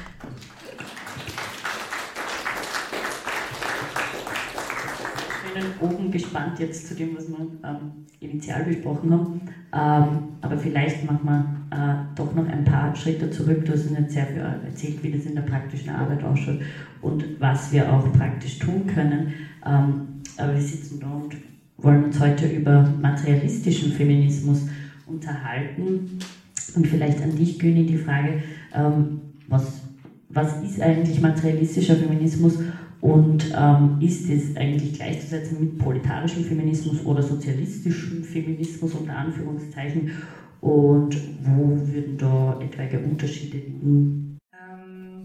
S1: ich bin oben gespannt jetzt zu dem, was wir ähm, initial besprochen haben. Ähm, aber vielleicht machen wir äh, doch noch ein paar Schritte zurück. Du hast uns jetzt sehr viel erzählt, wie das in der praktischen Arbeit ausschaut und was wir auch praktisch tun können. Ähm, aber wir sitzen da und wollen uns heute über materialistischen Feminismus unterhalten. Und vielleicht an dich, Güni, die Frage, ähm, was, was ist eigentlich materialistischer Feminismus und ähm, ist es eigentlich gleichzusetzen mit proletarischem Feminismus oder sozialistischem Feminismus unter Anführungszeichen und wo würden da etwaige Unterschiede liegen?
S3: Ähm,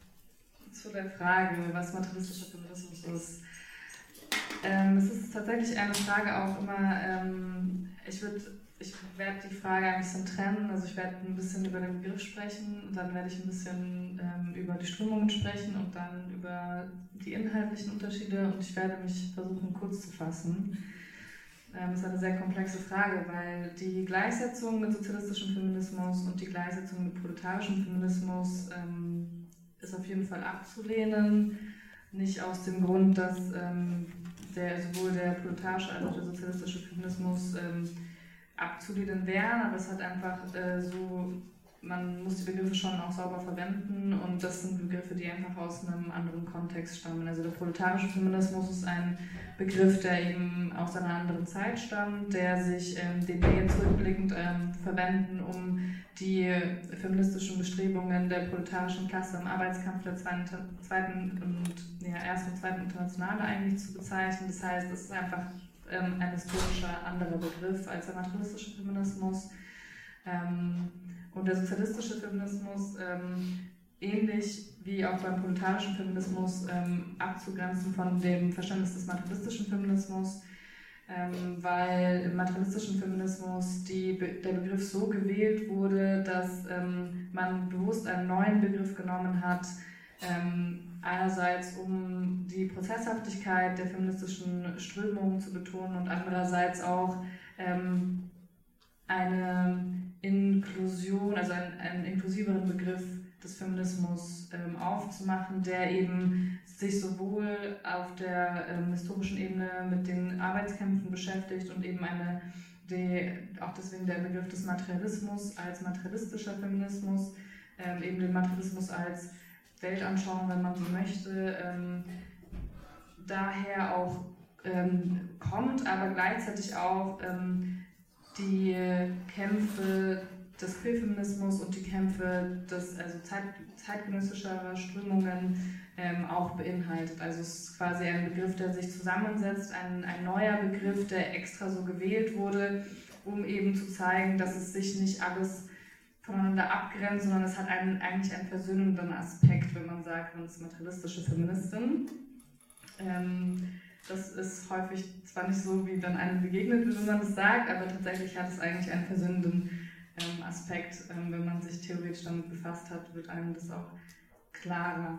S3: zu der Frage, was materialistischer Feminismus ist. Ähm, es ist tatsächlich eine Frage auch immer, ähm, ich würde Ich werde die Frage ein bisschen trennen, also ich werde ein bisschen über den Begriff sprechen, dann werde ich ein bisschen ähm, über die Strömungen sprechen und dann über die inhaltlichen Unterschiede und ich werde mich versuchen kurz zu fassen. Ähm, das ist eine sehr komplexe Frage, weil die Gleichsetzung mit sozialistischem Feminismus und die Gleichsetzung mit proletarischem Feminismus ähm, ist auf jeden Fall abzulehnen, nicht aus dem Grund, dass ähm, der, sowohl der proletarische als auch der sozialistische Feminismus ähm, abzulehnen wären, aber es hat einfach äh, so, man muss die Begriffe schon auch sauber verwenden und das sind Begriffe, die einfach aus einem anderen Kontext stammen. Also der proletarische Feminismus ist ein Begriff, der eben aus einer anderen Zeit stammt, der sich, ähm, den wir jetzt rückblickend ähm, verwenden, um die feministischen Bestrebungen der proletarischen Klasse im Arbeitskampf der zweiten, zweiten und ja, ersten und zweiten Internationale eigentlich zu bezeichnen. Das heißt, es ist einfach ähm, ein historischer anderer Begriff als der materialistische Feminismus. Ähm, und der sozialistische Feminismus, ähm, ähnlich wie auch beim proletarischen Feminismus, ähm, abzugrenzen von dem Verständnis des materialistischen Feminismus, ähm, weil im materialistischen Feminismus die, der Begriff so gewählt wurde, dass ähm, man bewusst einen neuen Begriff genommen hat, ähm, einerseits um die Prozesshaftigkeit der feministischen Strömungen zu betonen und andererseits auch ähm, eine Inklusion, also einen, einen inklusiveren Begriff des Feminismus ähm, aufzumachen, der eben sich sowohl auf der ähm, historischen Ebene mit den Arbeitskämpfen beschäftigt und eben eine, die, auch deswegen der Begriff des Materialismus als materialistischer Feminismus, ähm, eben den Materialismus als Weltanschauung, wenn man so möchte, ähm, daher auch ähm, kommt, aber gleichzeitig auch ähm, die Kämpfe des Queerfeminismus und die Kämpfe des, also zeit, zeitgenössischer Strömungen ähm, auch beinhaltet. Also es ist quasi ein Begriff, der sich zusammensetzt, ein, ein neuer Begriff, der extra so gewählt wurde, um eben zu zeigen, dass es sich nicht alles voneinander abgrenzt, sondern es hat einen, eigentlich einen versöhnenden Aspekt, wenn man sagt, man ist materialistische Feministin. Ähm, das ist häufig zwar nicht so, wie dann einem begegnet wird, wenn man das sagt, aber tatsächlich hat es eigentlich einen versöhnenden ähm, Aspekt. Ähm, wenn man sich theoretisch damit befasst hat, wird einem das auch klarer.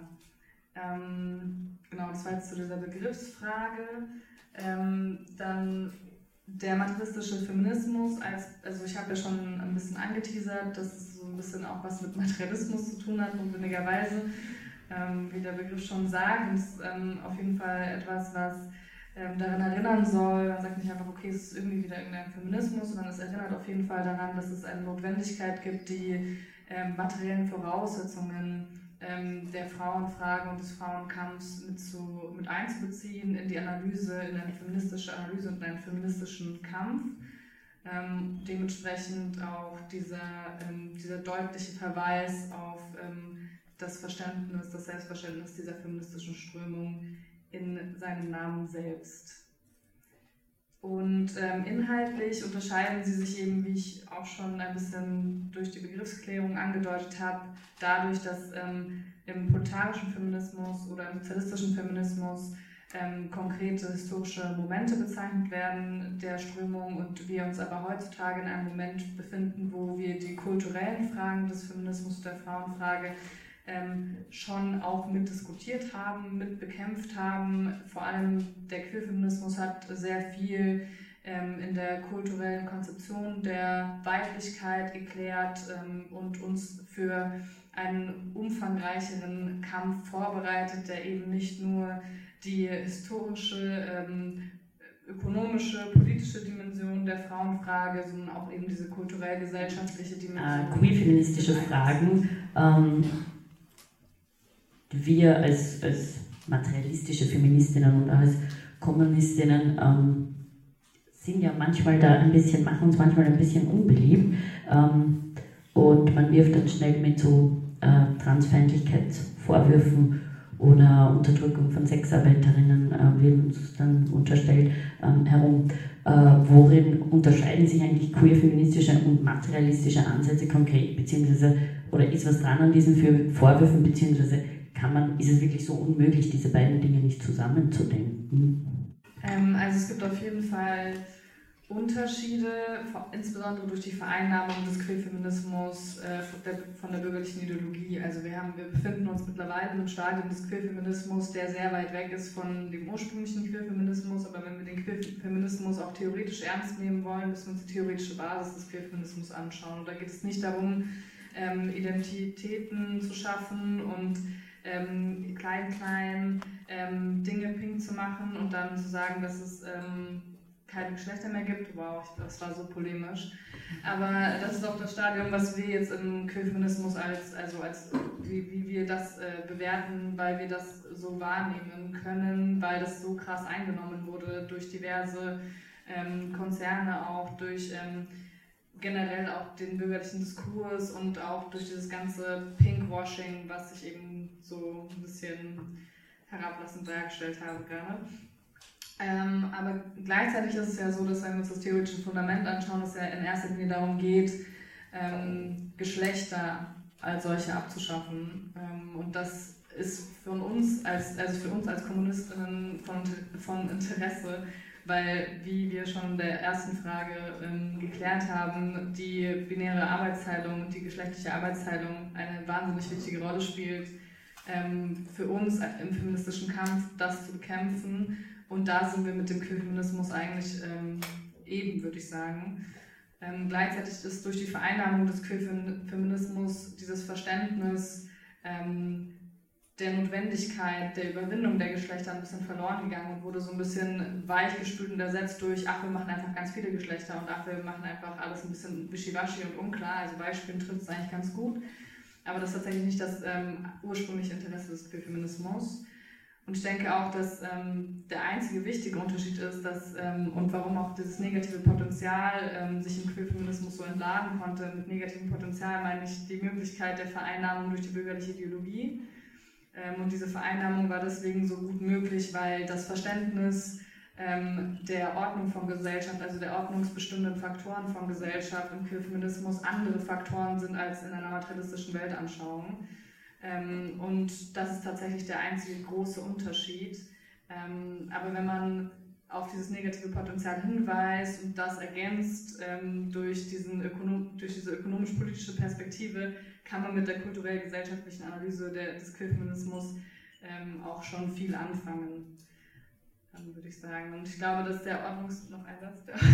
S3: Ähm, genau, das war jetzt zu dieser Begriffsfrage. Ähm, dann der materialistische Feminismus, als, also ich habe ja schon ein bisschen angeteasert, dass es so ein bisschen auch was mit Materialismus zu tun hat, notwendigerweise, ähm, wie der Begriff schon sagt. Und es ist ähm, auf jeden Fall etwas, was ähm, daran erinnern soll. Man sagt nicht einfach, okay, es ist irgendwie wieder irgendein Feminismus, sondern es erinnert auf jeden Fall daran, dass es eine Notwendigkeit gibt, die ähm, materiellen Voraussetzungen ähm, der Frauenfrage und des Frauenkampfs mit, zu, mit einzubeziehen in die Analyse, in eine feministische Analyse und in einen feministischen Kampf. Ähm, dementsprechend auch dieser, ähm, dieser deutliche Verweis auf ähm, das Verständnis, das Selbstverständnis dieser feministischen Strömung in seinem Namen selbst. Und ähm, inhaltlich unterscheiden sie sich eben, wie ich auch schon ein bisschen durch die Begriffsklärung angedeutet habe, dadurch, dass ähm, im proletarischen Feminismus oder im sozialistischen Feminismus Ähm, konkrete historische Momente bezeichnet werden der Strömung und wir uns aber heutzutage in einem Moment befinden, wo wir die kulturellen Fragen des Feminismus, der Frauenfrage ähm, schon auch mitdiskutiert haben, mitbekämpft haben. Vor allem der Queerfeminismus hat sehr viel ähm, in der kulturellen Konzeption der Weiblichkeit geklärt ähm, und uns für einen umfangreicheren Kampf vorbereitet, der eben nicht nur die historische, ähm, ökonomische, politische Dimension der Frauenfrage, sondern auch eben diese kulturell-gesellschaftliche Dimension.
S1: Äh, queer-feministische Fragen. Ähm, wir als, als materialistische Feministinnen und als Kommunistinnen ähm, sind ja manchmal da ein bisschen, machen uns manchmal ein bisschen unbeliebt ähm, und man wirft dann schnell mit so äh, Transfeindlichkeitsvorwürfen oder Unterdrückung von Sexarbeiterinnen äh, wird uns dann unterstellt ähm, herum. Äh, worin unterscheiden sich eigentlich queer-feministische und materialistische Ansätze konkret, beziehungsweise, oder ist was dran an diesen Vorwürfen, beziehungsweise kann man, ist es wirklich so unmöglich, diese beiden Dinge nicht zusammenzudenken?
S3: Ähm, also es gibt auf jeden Fall Unterschiede, insbesondere durch die Vereinnahmung des Queerfeminismus äh, von der bürgerlichen Ideologie. Also wir, haben, wir befinden uns mittlerweile in einem Stadium des Queerfeminismus, der sehr weit weg ist von dem ursprünglichen Queerfeminismus, aber wenn wir den Queerfeminismus auch theoretisch ernst nehmen wollen, müssen wir uns die theoretische Basis des Queerfeminismus anschauen. Und da geht es nicht darum, ähm, Identitäten zu schaffen und ähm, klein, klein ähm, Dinge pink zu machen und dann zu sagen, dass es ähm, keine Geschlechter mehr gibt. Wow, das war so polemisch. Aber das ist auch das Stadium, was wir jetzt im Queerfeminismus als, also als wie, wie wir das äh, bewerten, weil wir das so wahrnehmen können, weil das so krass eingenommen wurde durch diverse ähm, Konzerne, auch durch ähm, generell auch den bürgerlichen Diskurs und auch durch dieses ganze Pinkwashing, was ich eben so ein bisschen herablassend dargestellt habe gerade. Ähm, aber gleichzeitig ist es ja so, dass wenn wir uns das theoretische Fundament anschauen, dass es ja in erster Linie darum geht, ähm, Geschlechter als solche abzuschaffen. Ähm, und das ist für uns als, also für uns als Kommunistinnen von, von Interesse, weil, wie wir schon in der ersten Frage ähm, geklärt haben, die binäre Arbeitsteilung, die geschlechtliche Arbeitsteilung eine wahnsinnig wichtige Rolle spielt, ähm, für uns im feministischen Kampf das zu bekämpfen. Und da sind wir mit dem Queerfeminismus eigentlich ähm, eben, würde ich sagen. Ähm, gleichzeitig ist durch die Vereinnahmung des Queerfeminismus dieses Verständnis ähm, der Notwendigkeit der Überwindung der Geschlechter ein bisschen verloren gegangen und wurde so ein bisschen weichgespült und ersetzt durch, ach, wir machen einfach ganz viele Geschlechter und ach, wir machen einfach alles ein bisschen wischiwaschi und unklar. Also Beispielen trifft es eigentlich ganz gut. Aber das ist tatsächlich nicht das ähm, ursprüngliche Interesse des Queerfeminismus. Und ich denke auch, dass ähm, der einzige wichtige Unterschied ist, dass, ähm, und warum auch dieses negative Potenzial ähm, sich im Queerfeminismus so entladen konnte. Mit negativem Potenzial meine ich die Möglichkeit der Vereinnahmung durch die bürgerliche Ideologie. Ähm, und diese Vereinnahmung war deswegen so gut möglich, weil das Verständnis ähm, der Ordnung von Gesellschaft, also der ordnungsbestimmenden Faktoren von Gesellschaft im Queerfeminismus andere Faktoren sind als in einer materialistischen Weltanschauung. Ähm, und das ist tatsächlich der einzige große Unterschied. Ähm, aber wenn man auf dieses negative Potenzial hinweist und das ergänzt ähm, durch, diesen Ökonom- durch diese ökonomisch-politische Perspektive, kann man mit der kulturell-gesellschaftlichen Analyse der, des Queerfeminismus ähm, auch schon viel anfangen, dann würde ich sagen. Und ich glaube, dass der Ordnungs... noch ein Satz, der,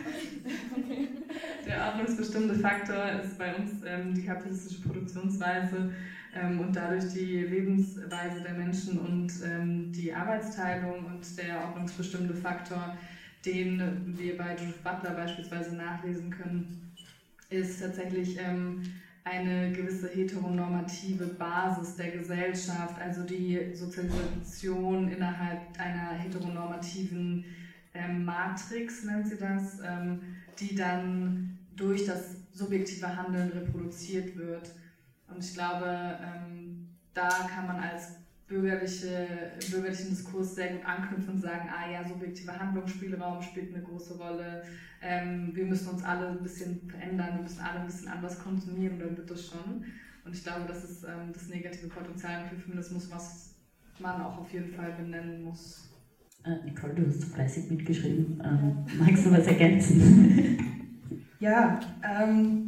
S3: der ordnungsbestimmende Faktor ist bei uns ähm, die kapitalistische Produktionsweise ähm, und dadurch die Lebensweise der Menschen und ähm, die Arbeitsteilung und der ordnungsbestimmende Faktor, den wir bei Judith Butler beispielsweise nachlesen können, ist tatsächlich ähm, eine gewisse heteronormative Basis der Gesellschaft, also die Sozialisation innerhalb einer heteronormativen ähm, Matrix, nennt sie das, ähm, die dann durch das subjektive Handeln reproduziert wird. Und ich glaube, ähm, da kann man als bürgerliche, bürgerlichen Diskurs sehr gut anknüpfen und sagen, ah ja, subjektiver Handlungsspielraum spielt eine große Rolle, ähm, wir müssen uns alle ein bisschen verändern, wir müssen alle ein bisschen anders konsumieren, dann wird das schon. Und ich glaube, das ist ähm, das negative Potenzial für Feminismus, was man auch auf jeden Fall benennen muss.
S1: Äh, Nicole, du hast fleißig mitgeschrieben. Ähm, magst du was ergänzen?
S2: Ja, ähm,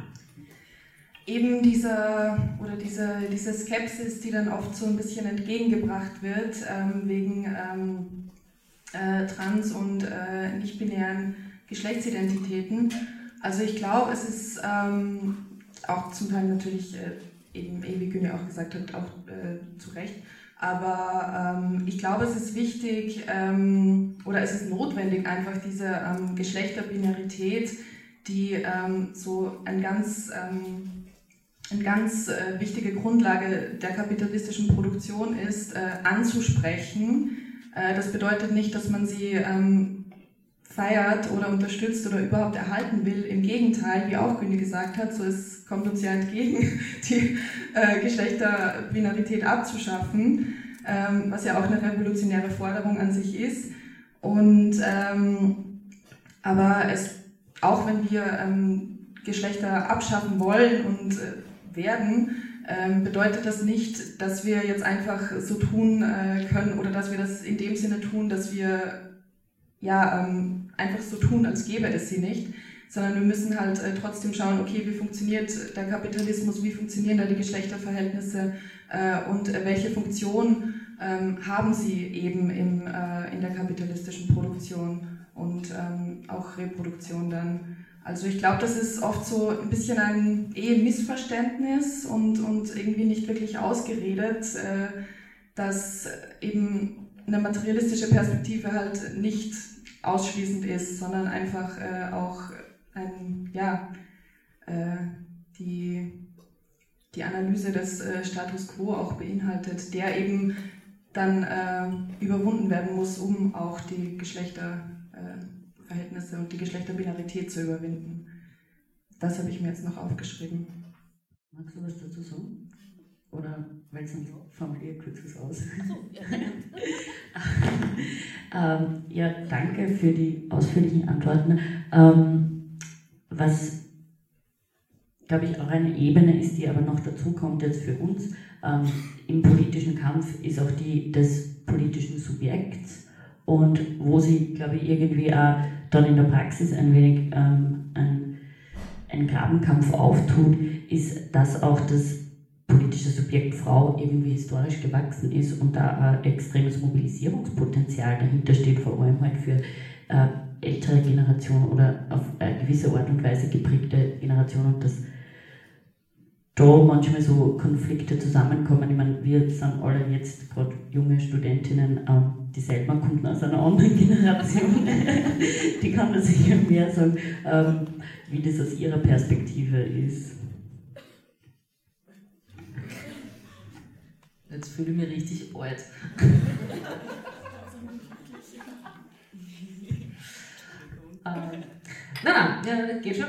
S2: eben diese, oder diese, diese Skepsis, die dann oft so ein bisschen entgegengebracht wird, ähm, wegen ähm, äh, trans- und äh, nicht-binären Geschlechtsidentitäten. Also ich glaube, es ist ähm, auch zum Teil natürlich, äh, eben, wie Günni auch gesagt hat, auch äh, zu Recht, aber ähm, ich glaube, es ist wichtig ähm, oder es ist notwendig, einfach diese ähm, Geschlechterbinarität, die ähm, so ein ganz, ähm, eine ganz äh, wichtige Grundlage der kapitalistischen Produktion ist, äh, anzusprechen. Äh, das bedeutet nicht, dass man sie ähm, feiert oder unterstützt oder überhaupt erhalten will. Im Gegenteil, wie auch Günni gesagt hat, so es kommt uns ja entgegen, die äh, Geschlechterbinarität abzuschaffen, ähm, was ja auch eine revolutionäre Forderung an sich ist. Und ähm, aber es, auch wenn wir ähm, Geschlechter abschaffen wollen und äh, werden, ähm, bedeutet das nicht, dass wir jetzt einfach so tun äh, können oder dass wir das in dem Sinne tun, dass wir ja, ähm, einfach so tun, als gäbe es sie nicht, sondern wir müssen halt äh, trotzdem schauen, okay, wie funktioniert der Kapitalismus, wie funktionieren da die Geschlechterverhältnisse äh, und äh, welche Funktion ähm, haben sie eben im, äh, in der kapitalistischen Produktion und ähm, auch Reproduktion dann. Also ich glaube, das ist oft so ein bisschen ein eh Missverständnis und, und irgendwie nicht wirklich ausgeredet, äh, dass eben eine materialistische Perspektive halt nicht ausschließend ist, sondern einfach äh, auch ein, ja, äh, die, die Analyse des äh, Status quo auch beinhaltet, der eben dann äh, überwunden werden muss, um auch die Geschlechterverhältnisse äh, und die Geschlechterbinarität zu überwinden. Das habe ich mir jetzt noch aufgeschrieben.
S1: Magst du was dazu sagen? Oder, weil sonst formuliere ich kurz was aus.
S4: So,
S1: ja. ähm, ja, danke für die ausführlichen Antworten. Ähm, was, glaube ich, auch eine Ebene ist, die aber noch dazu kommt jetzt für uns, ähm, im politischen Kampf ist auch die des politischen Subjekts und wo sie, glaube ich, irgendwie auch dann in der Praxis ein wenig ähm, ein, ein Grabenkampf auftut, ist, dass auch das politische Subjekt Frau irgendwie historisch gewachsen ist und da ein extremes Mobilisierungspotenzial dahinter steht, vor allem halt für äh, ältere Generationen oder auf eine gewisse Art und Weise geprägte Generationen und dass da manchmal so Konflikte zusammenkommen. Ich meine, wir sind alle jetzt gerade junge Studentinnen, ähm, die selber kommen aus einer anderen Generation. Die kann da sicher mehr sagen, ähm, wie das aus ihrer Perspektive ist.
S4: Jetzt fühle ich mich richtig alt. ähm, nein, nein, ja, das geht schon.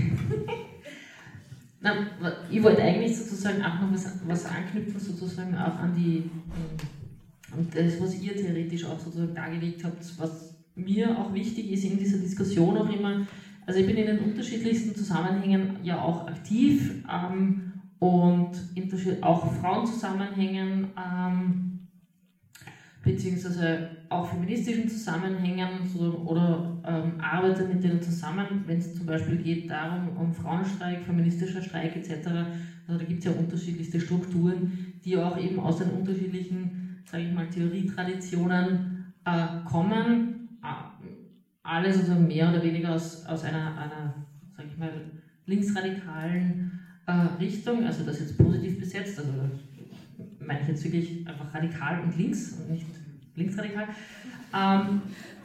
S4: Nein, ich wollte eigentlich sozusagen auch noch was, was anknüpfen, sozusagen auch an die, und das, was ihr theoretisch auch sozusagen dargelegt habt, was mir auch wichtig ist in dieser Diskussion auch immer. Also ich bin in den unterschiedlichsten Zusammenhängen ja auch aktiv. Ähm, und auch Frauenzusammenhängen, ähm, beziehungsweise auch feministischen Zusammenhängen so, oder ähm, arbeite mit denen zusammen, wenn es zum Beispiel geht darum, um Frauenstreik, feministischer Streik et cetera. Also da gibt es ja unterschiedlichste Strukturen, die auch eben aus den unterschiedlichen, sage ich mal, Theorietraditionen äh, kommen. Äh, alle sozusagen mehr oder weniger aus, aus einer, einer sage ich mal, linksradikalen Richtung, also das jetzt positiv besetzt, also meine ich jetzt wirklich einfach radikal und links und nicht linksradikal. Ähm,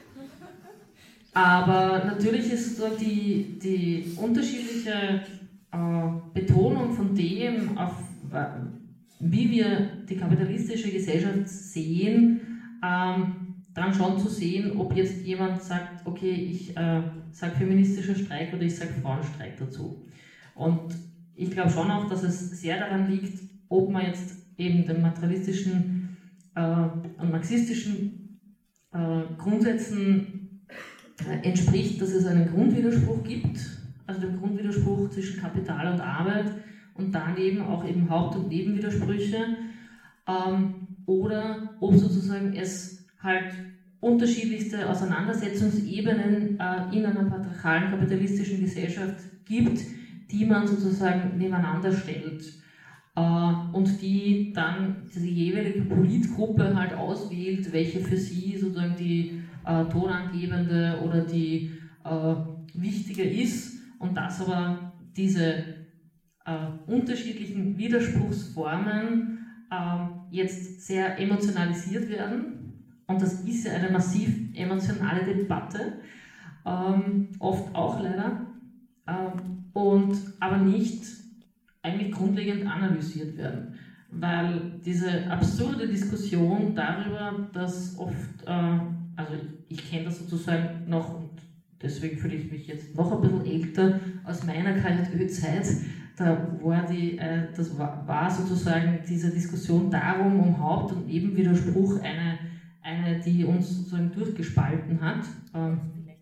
S4: aber natürlich ist so die, die unterschiedliche äh, Betonung von dem, auf wie wir die kapitalistische Gesellschaft sehen, ähm, dann schon zu sehen, ob jetzt jemand sagt, okay, ich äh, sage feministischer Streik oder ich sage Frauenstreik dazu. Und ich glaube schon auch, dass es sehr daran liegt, ob man jetzt eben den materialistischen äh, und marxistischen äh, Grundsätzen äh, entspricht, dass es einen Grundwiderspruch gibt, also den Grundwiderspruch zwischen Kapital und Arbeit und daneben auch eben Haupt- und Nebenwidersprüche, ähm, oder ob sozusagen es halt unterschiedlichste Auseinandersetzungsebenen äh, in einer patriarchalen kapitalistischen Gesellschaft gibt, die man sozusagen nebeneinander stellt äh, und die dann diese jeweilige Politgruppe halt auswählt, welche für sie sozusagen die äh, tonangebende oder die äh, wichtige ist und dass aber diese äh, unterschiedlichen Widerspruchsformen äh, jetzt sehr emotionalisiert werden und das ist ja eine massiv emotionale Debatte, ähm, oft auch leider. Ähm, und aber nicht eigentlich grundlegend analysiert werden. Weil diese absurde Diskussion darüber, dass oft, äh, also ich kenne das sozusagen noch und deswegen fühle ich mich jetzt noch ein bisschen älter aus meiner K J Ö-Zeit, da war die, äh, das war, war sozusagen diese Diskussion darum, um Haupt- und Nebenwiderspruch eine, eine, die uns sozusagen durchgespalten hat. Ähm,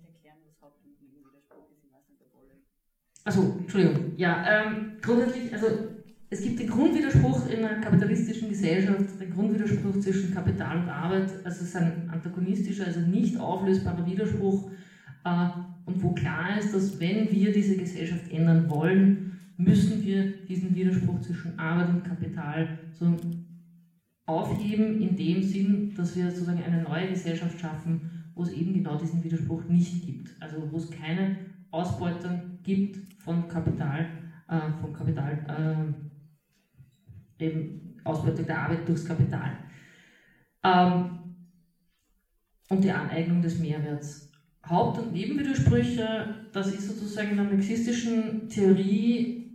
S4: Also, Entschuldigung, ja, ähm, grundsätzlich, also es gibt den Grundwiderspruch in einer kapitalistischen Gesellschaft, den Grundwiderspruch zwischen Kapital und Arbeit, also es ist ein antagonistischer, also nicht auflösbarer Widerspruch äh, und wo klar ist, dass wenn wir diese Gesellschaft ändern wollen, müssen wir diesen Widerspruch zwischen Arbeit und Kapital so aufheben, in dem Sinn, dass wir sozusagen eine neue Gesellschaft schaffen, wo es eben genau diesen Widerspruch nicht gibt, also wo es keine Ausbeutung gibt von Kapital, äh, von Kapital, äh, eben Ausbeutung der Arbeit durchs Kapital. Ähm, und die Aneignung des Mehrwerts. Haupt- und Nebenwidersprüche, das ist sozusagen in der marxistischen Theorie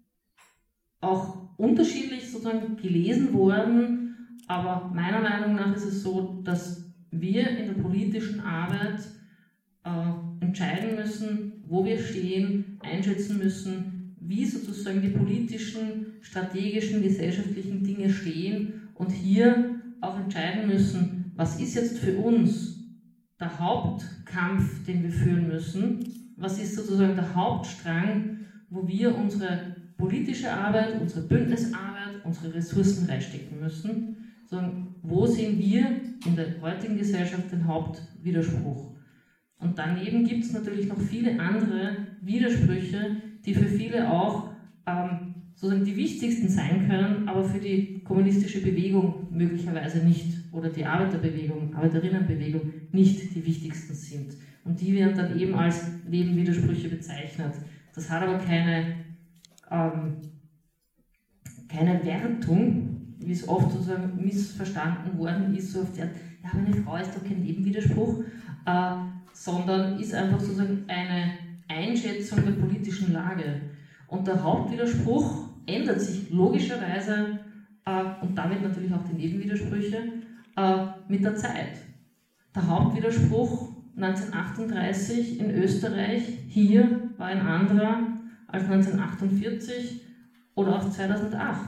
S4: auch unterschiedlich sozusagen gelesen worden, aber meiner Meinung nach ist es so, dass wir in der politischen Arbeit äh, entscheiden müssen, wo wir stehen, einschätzen müssen, wie sozusagen die politischen, strategischen, gesellschaftlichen Dinge stehen und hier auch entscheiden müssen, was ist jetzt für uns der Hauptkampf, den wir führen müssen, was ist sozusagen der Hauptstrang, wo wir unsere politische Arbeit, unsere Bündnisarbeit, unsere Ressourcen reinstecken müssen, sondern wo sehen wir in der heutigen Gesellschaft den Hauptwiderspruch. Und daneben gibt es natürlich noch viele andere Widersprüche, die für viele auch ähm, sozusagen die wichtigsten sein können, aber für die kommunistische Bewegung möglicherweise nicht oder die Arbeiterbewegung, Arbeiterinnenbewegung nicht die wichtigsten sind. Und die werden dann eben als Nebenwidersprüche bezeichnet. Das hat aber keine, ähm, keine Wertung, wie es oft sozusagen missverstanden worden ist, so auf der, ja, aber eine Frau ist doch kein Nebenwiderspruch, äh, sondern ist einfach sozusagen eine Einschätzung der politischen Lage. Und der Hauptwiderspruch ändert sich logischerweise äh, und damit natürlich auch die Nebenwidersprüche äh, mit der Zeit. Der Hauptwiderspruch neunzehnhundertachtunddreißig in Österreich hier war ein anderer als neunzehnhundertachtundvierzig oder auch zweitausendacht.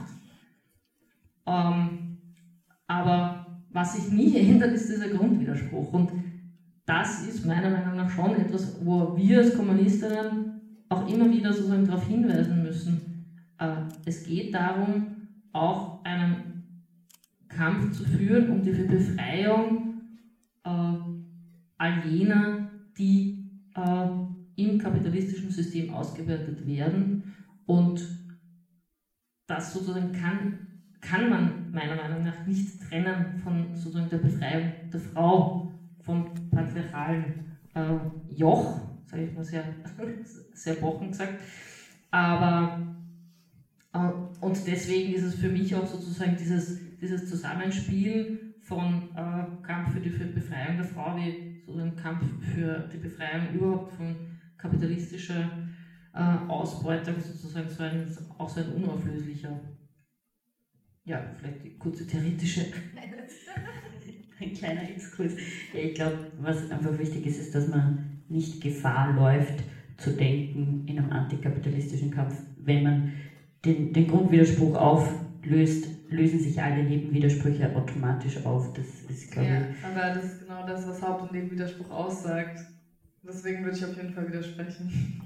S4: Ähm, aber was sich nie ändert, ist dieser Grundwiderspruch. Und das ist meiner Meinung nach schon etwas, wo wir als Kommunistinnen auch immer wieder sozusagen darauf hinweisen müssen. Äh, es geht darum, auch einen Kampf zu führen um die Befreiung äh, all jener, die äh, im kapitalistischen System ausgebeutet werden. Und das sozusagen kann, kann man meiner Meinung nach nicht trennen von sozusagen der Befreiung der Frau vom patriarchalen äh, Joch, sage ich mal sehr, sehr bockend gesagt. Aber äh, und deswegen ist es für mich auch sozusagen dieses, dieses Zusammenspiel von äh, Kampf für die für Befreiung der Frau wie sozusagen Kampf für die Befreiung überhaupt von kapitalistischer äh, Ausbeutung, sozusagen so ein, auch so ein unauflöslicher, ja, vielleicht die kurze theoretische
S1: ein kleiner Exkurs. Ja, ich glaube, was einfach wichtig ist, ist, dass man nicht Gefahr läuft, zu denken in einem antikapitalistischen Kampf, wenn man den, den Grundwiderspruch auflöst, lösen sich alle Nebenwidersprüche automatisch auf. Das ist, glaube
S3: ja,
S1: ich...
S3: aber das ist genau das, was Haupt- und Nebenwiderspruch aussagt. Deswegen würde ich auf jeden Fall widersprechen.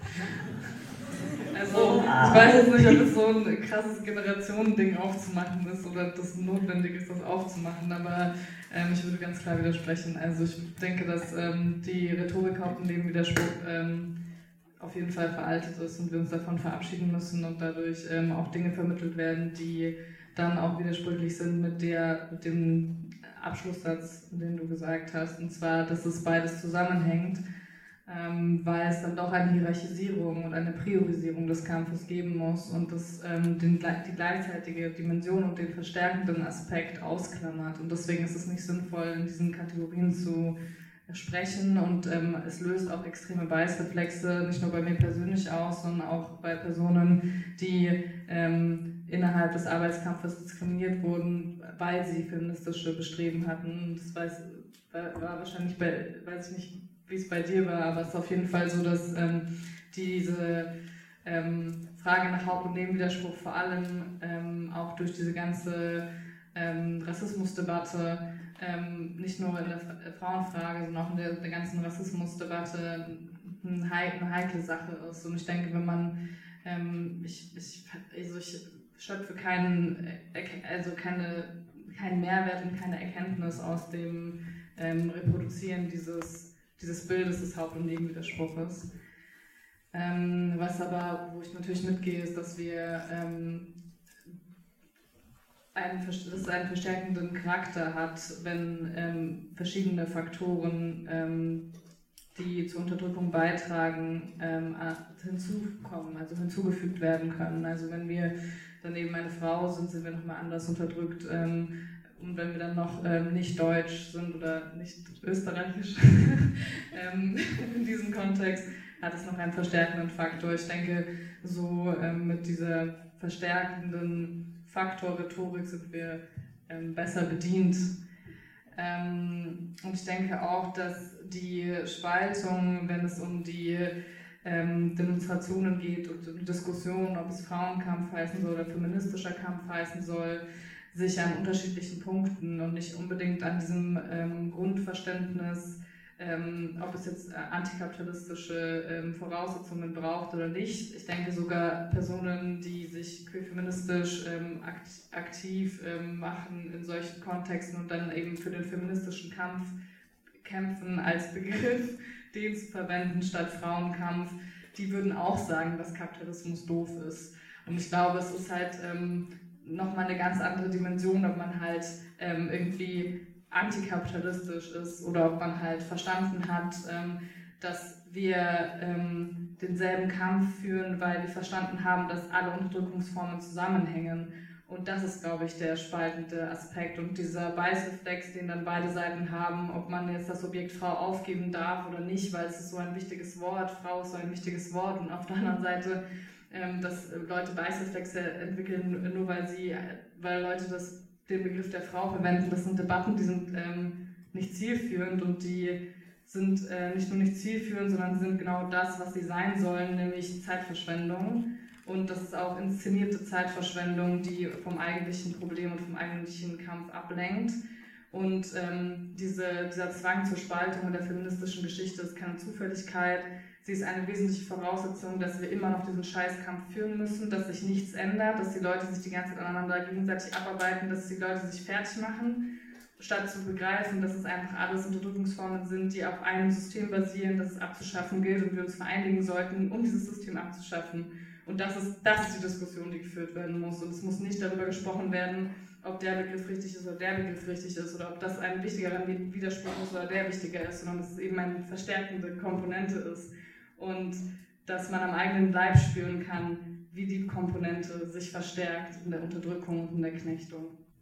S3: Also, ich weiß jetzt nicht, ob es so ein krasses Generationending aufzumachen ist oder das notwendig ist, das aufzumachen, aber ähm, ich würde ganz klar widersprechen. Also, ich denke, dass ähm, die Rhetorik Haupt- und Nebenwiderspruch ähm, auf jeden Fall veraltet ist und wir uns davon verabschieden müssen und dadurch ähm, auch Dinge vermittelt werden, die dann auch widersprüchlich sind mit, der, mit dem Abschlusssatz, den du gesagt hast, und zwar, dass es beides zusammenhängt. Ähm, weil es dann doch eine Hierarchisierung und eine Priorisierung des Kampfes geben muss und das ähm, den, die gleichzeitige Dimension und den verstärkenden Aspekt ausklammert. Und deswegen ist es nicht sinnvoll, in diesen Kategorien zu sprechen und ähm, es löst auch extreme Bias-Reflexe, nicht nur bei mir persönlich aus, sondern auch bei Personen, die ähm, innerhalb des Arbeitskampfes diskriminiert wurden, weil sie feministische Bestreben hatten. Das weiß, war, war wahrscheinlich bei, weiß ich nicht, wie es bei dir war, aber es ist auf jeden Fall so, dass ähm, diese ähm, Frage nach Haupt- und Nebenwiderspruch vor allem ähm, auch durch diese ganze ähm, Rassismusdebatte, ähm, nicht nur in der Frauenfrage, sondern auch in der, der ganzen Rassismusdebatte eine heikle Sache ist. Und ich denke, wenn man, ähm, ich, ich, also ich schöpfe keinen, also keine, keinen Mehrwert und keine Erkenntnis aus dem ähm, Reproduzieren dieses dieses Bildes des Haupt- und Nebenwiderspruches. Ähm, was aber, wo ich natürlich mitgehe, ist, dass wir ähm, einen, dass es einen verstärkenden Charakter hat, wenn ähm, verschiedene Faktoren, ähm, die zur Unterdrückung beitragen, ähm, hinzukommen, also hinzugefügt werden können. Also wenn wir dann eben eine Frau sind, sind wir nochmal anders unterdrückt. Ähm, Und wenn wir dann noch ähm, nicht deutsch sind oder nicht österreichisch ähm, in diesem Kontext, hat es noch einen verstärkenden Faktor. Ich denke, so ähm, mit dieser verstärkenden Faktor Rhetorik sind wir ähm, besser bedient. Ähm, und ich denke auch, dass die Spaltung, wenn es um die ähm, Demonstrationen geht und um Diskussionen, ob es Frauenkampf heißen soll oder feministischer Kampf heißen soll, sich an unterschiedlichen Punkten und nicht unbedingt an diesem ähm, Grundverständnis, ähm, ob es jetzt äh, antikapitalistische ähm, Voraussetzungen braucht oder nicht. Ich denke sogar Personen, die sich queerfeministisch ähm, akt aktiv ähm, machen in solchen Kontexten und dann eben für den feministischen Kampf kämpfen als Begriff, den zu verwenden statt Frauenkampf, die würden auch sagen, dass Kapitalismus doof ist. Und ich glaube, es ist halt ähm, nochmal eine ganz andere Dimension, ob man halt ähm, irgendwie antikapitalistisch ist oder ob man halt verstanden hat, ähm, dass wir ähm, denselben Kampf führen, weil wir verstanden haben, dass alle Unterdrückungsformen zusammenhängen. Und das ist, glaube ich, der spaltende Aspekt und dieser Bias-Reflex, den dann beide Seiten haben, ob man jetzt das Objekt Frau aufgeben darf oder nicht, weil es ist so ein wichtiges Wort, Frau ist so ein wichtiges Wort und auf der anderen Seite dass Leute Bias-Reflexe entwickeln, nur weil sie, weil Leute das, den Begriff der Frau verwenden. Das sind Debatten, die sind ähm, nicht zielführend und die sind äh, nicht nur nicht zielführend, sondern sind genau das, was sie sein sollen, nämlich Zeitverschwendung. Und das ist auch inszenierte Zeitverschwendung, die vom eigentlichen Problem und vom eigentlichen Kampf ablenkt. Und ähm, diese, dieser Zwang zur Spaltung in der feministischen Geschichte ist keine Zufälligkeit. Sie ist eine wesentliche Voraussetzung, dass wir immer noch diesen Scheißkampf führen müssen, dass sich nichts ändert, dass die Leute sich die ganze Zeit aneinander gegenseitig abarbeiten, dass die Leute sich fertig machen, statt zu begreifen, dass es einfach alles Unterdrückungsformen sind, die auf einem System basieren, das es abzuschaffen gilt und wir uns vereinigen sollten, um dieses System abzuschaffen. Und das ist, das ist die Diskussion, die geführt werden muss. Und es muss nicht darüber gesprochen werden, ob der Begriff richtig ist oder der Begriff richtig ist oder ob das ein wichtigerer Widerspruch ist oder der wichtiger ist, sondern dass es eben eine verstärkende Komponente ist. Und dass man am eigenen Leib spüren kann, wie die Komponente sich verstärkt in der Unterdrückung und in der Knechtung.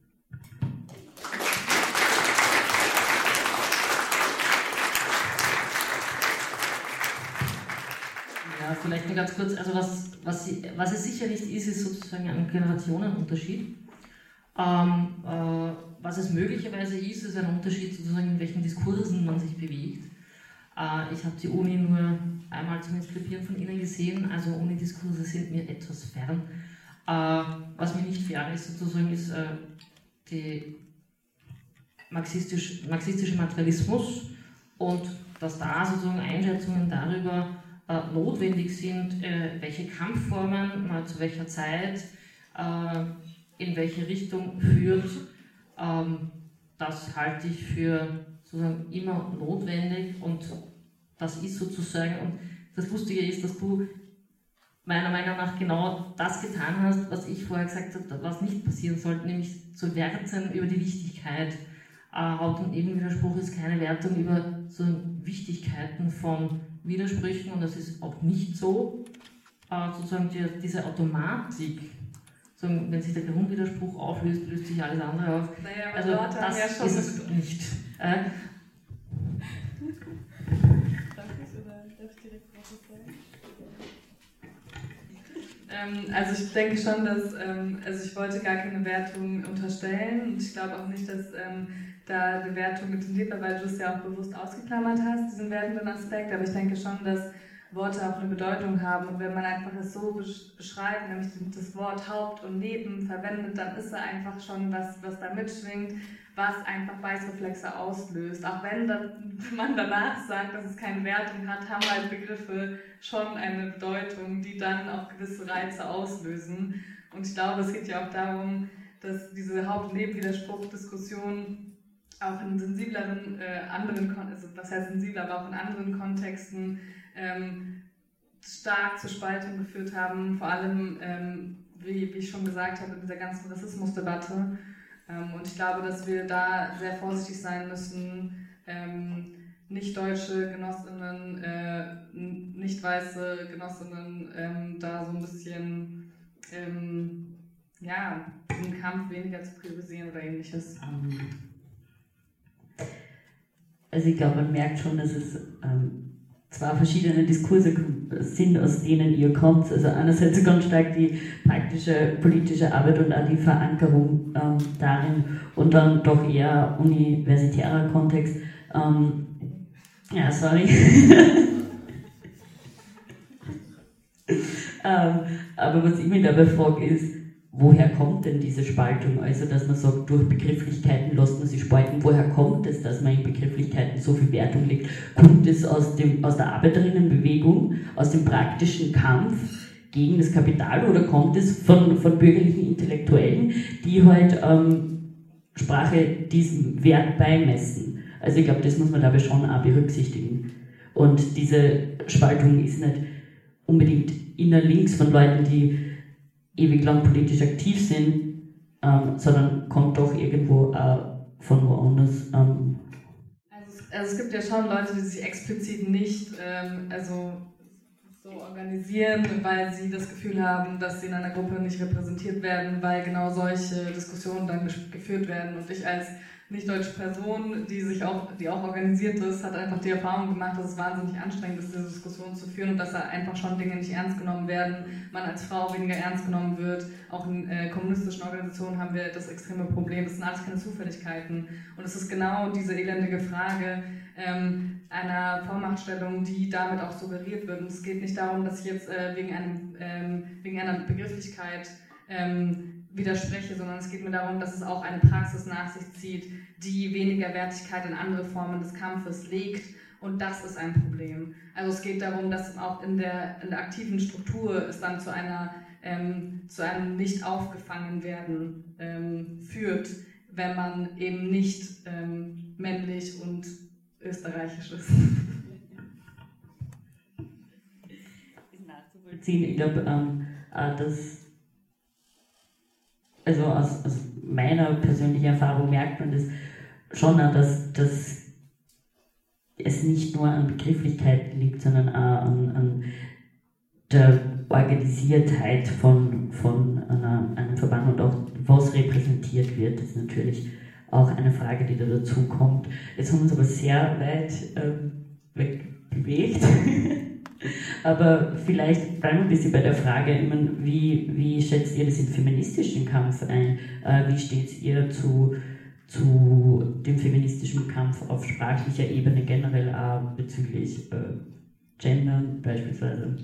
S4: Ja, vielleicht nur ganz kurz, also was, was, sie, was es sicher nicht ist, ist sozusagen ein Generationenunterschied. Ähm, äh, was es möglicherweise ist, ist ein Unterschied sozusagen, in welchen Diskursen man sich bewegt. Äh, ich habe die Uni nur einmal zum Inskribieren von Ihnen gesehen, also Unidiskurse sind mir etwas fern. Äh, was mir nicht fern ist, sozusagen, ist äh, der marxistisch, marxistische Materialismus und dass da sozusagen Einschätzungen darüber äh, notwendig sind, äh, welche Kampfformen mal zu welcher Zeit äh, in welche Richtung führt. Ähm, das halte ich für sozusagen immer notwendig und das ist sozusagen, und das Lustige ist, dass du meiner Meinung nach genau das getan hast, was ich vorher gesagt habe, was nicht passieren sollte, nämlich zu werten über die Wichtigkeit. Äh, Haupt- und Nebenwiderspruch ist keine Wertung über so Wichtigkeiten von Widersprüchen und das ist auch nicht so. Äh, sozusagen die, diese Automatik, sozusagen, wenn sich der Grundwiderspruch auflöst, löst sich alles andere auf.
S3: Naja, aber
S4: also
S3: dort haben
S4: das
S3: wir ja schon
S4: ist es nicht. Äh,
S3: Ähm, also ich denke schon, dass, ähm, also ich wollte gar keine Wertung unterstellen und ich glaube auch nicht, dass ähm, da eine Wertung intendiert war, weil du es ja auch bewusst ausgeklammert hast, diesen wertenden Aspekt, aber ich denke schon, dass Worte auch eine Bedeutung haben und wenn man einfach es so beschreibt, nämlich das Wort Haupt und Neben verwendet, dann ist da einfach schon was, was da mitschwingt, was einfach Beißreflexe auslöst. Auch wenn dann, man danach sagt, dass es keine Wertung hat, haben halt Begriffe schon eine Bedeutung, die dann auch gewisse Reize auslösen. Und ich glaube, es geht ja auch darum, dass diese Haupt- und Nebenwiderspruch-Diskussion auch in sensibleren, äh, anderen, also was heißt sensibel, aber auch in anderen Kontexten ähm, stark zur Spaltung geführt haben, vor allem, ähm, wie, wie ich schon gesagt habe, in dieser ganzen Rassismusdebatte. Ähm, und ich glaube, dass wir da sehr vorsichtig sein müssen, ähm, nicht deutsche Genossinnen, äh, nicht weiße Genossinnen ähm, da so ein bisschen ähm, ja, den Kampf weniger zu priorisieren oder ähnliches.
S1: Also ich glaube, man merkt schon, dass es ähm, zwei verschiedene Diskurse sind, aus denen ihr kommt. Also einerseits ganz stark die praktische politische Arbeit und auch die Verankerung ähm, darin und dann doch eher universitärer Kontext. Ähm, ja, sorry. ähm, aber was ich mich dabei frage ist, woher kommt denn diese Spaltung? Also, dass man sagt, durch Begrifflichkeiten lässt man sie spalten. Woher kommt es, dass man in Begrifflichkeiten so viel Wertung legt? Kommt es aus, dem, aus der Arbeiterinnenbewegung, aus dem praktischen Kampf gegen das Kapital oder kommt es von, von bürgerlichen Intellektuellen, die halt ähm, Sprache diesem Wert beimessen? Also, ich glaube, das muss man dabei schon auch berücksichtigen. Und diese Spaltung ist nicht unbedingt innerlinks von Leuten, die ewig lang politisch aktiv sind, ähm, sondern kommt doch irgendwo äh, von woanders. Ähm.
S3: Also, also es gibt ja schon Leute, die sich explizit nicht ähm, also so organisieren, weil sie das Gefühl haben, dass sie in einer Gruppe nicht repräsentiert werden, weil genau solche Diskussionen dann geführt werden. Und ich als nicht-deutsche Person, die sich auch, die auch organisiert ist, hat einfach die Erfahrung gemacht, dass es wahnsinnig anstrengend ist, diese Diskussion zu führen und dass da einfach schon Dinge nicht ernst genommen werden, man als Frau weniger ernst genommen wird. Auch in äh, kommunistischen Organisationen haben wir das extreme Problem, das sind alles keine Zufälligkeiten. Und es ist genau diese elendige Frage ähm, einer Vormachtstellung, die damit auch suggeriert wird. Und es geht nicht darum, dass ich jetzt äh, wegen, einem, ähm, wegen einer Begrifflichkeit ähm, widerspreche, sondern es geht mir darum, dass es auch eine Praxis nach sich zieht, die weniger Wertigkeit in andere Formen des Kampfes legt und das ist ein Problem. Also es geht darum, dass auch in der, in der aktiven Struktur es dann zu einer ähm, zu einem nicht aufgefangen werden ähm, führt, wenn man eben nicht ähm, männlich und österreichisch ist.
S1: Ist nachzuvollziehen. Ich glaube, ähm, dass also aus, aus meiner persönlichen Erfahrung merkt man das schon, dass, dass es nicht nur an Begrifflichkeiten liegt, sondern auch an, an der Organisiertheit von, von einer, einem Verband und auch was repräsentiert wird, ist natürlich auch eine Frage, die da dazu kommt. Jetzt haben wir uns aber sehr weit ähm, wegbewegt. Aber vielleicht bleiben wir ein bisschen bei der Frage, ich meine, wie, wie schätzt ihr das im feministischen Kampf ein? Äh, wie steht ihr zu zu dem feministischen Kampf auf sprachlicher Ebene generell auch bezüglich äh, Gendern beispielsweise?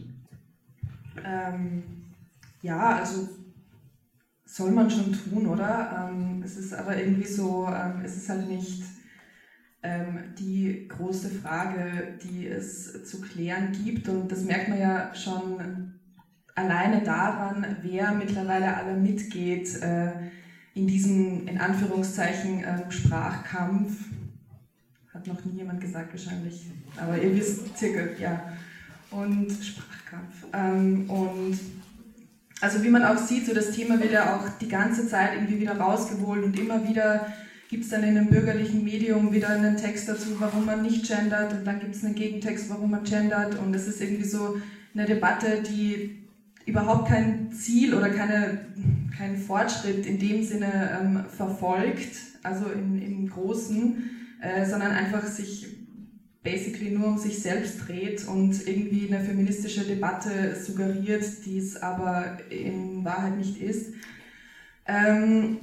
S2: Ähm, ja, also soll man schon tun, oder? Ähm, es ist aber irgendwie so, ähm, es ist halt nicht ähm, die große Frage, die es zu klären gibt, und das merkt man ja schon alleine daran, wer mittlerweile alle mitgeht äh, in diesem, in Anführungszeichen, äh, Sprachkampf. Hat noch nie jemand gesagt wahrscheinlich, aber ihr wisst circa, ja. Und Sprachkampf. Ähm, und also wie man auch sieht, so das Thema wird ja auch die ganze Zeit irgendwie wieder rausgeholt, und immer wieder gibt es dann in einem bürgerlichen Medium wieder einen Text dazu, warum man nicht gendert, und dann gibt es einen Gegentext, warum man gendert, und es ist irgendwie so eine Debatte, die überhaupt kein Ziel oder keine, keinen Fortschritt in dem Sinne ähm, verfolgt, also im, im Großen, äh, sondern einfach sich basically nur um sich selbst dreht und irgendwie eine feministische Debatte suggeriert, die es aber in Wahrheit nicht ist. Ähm,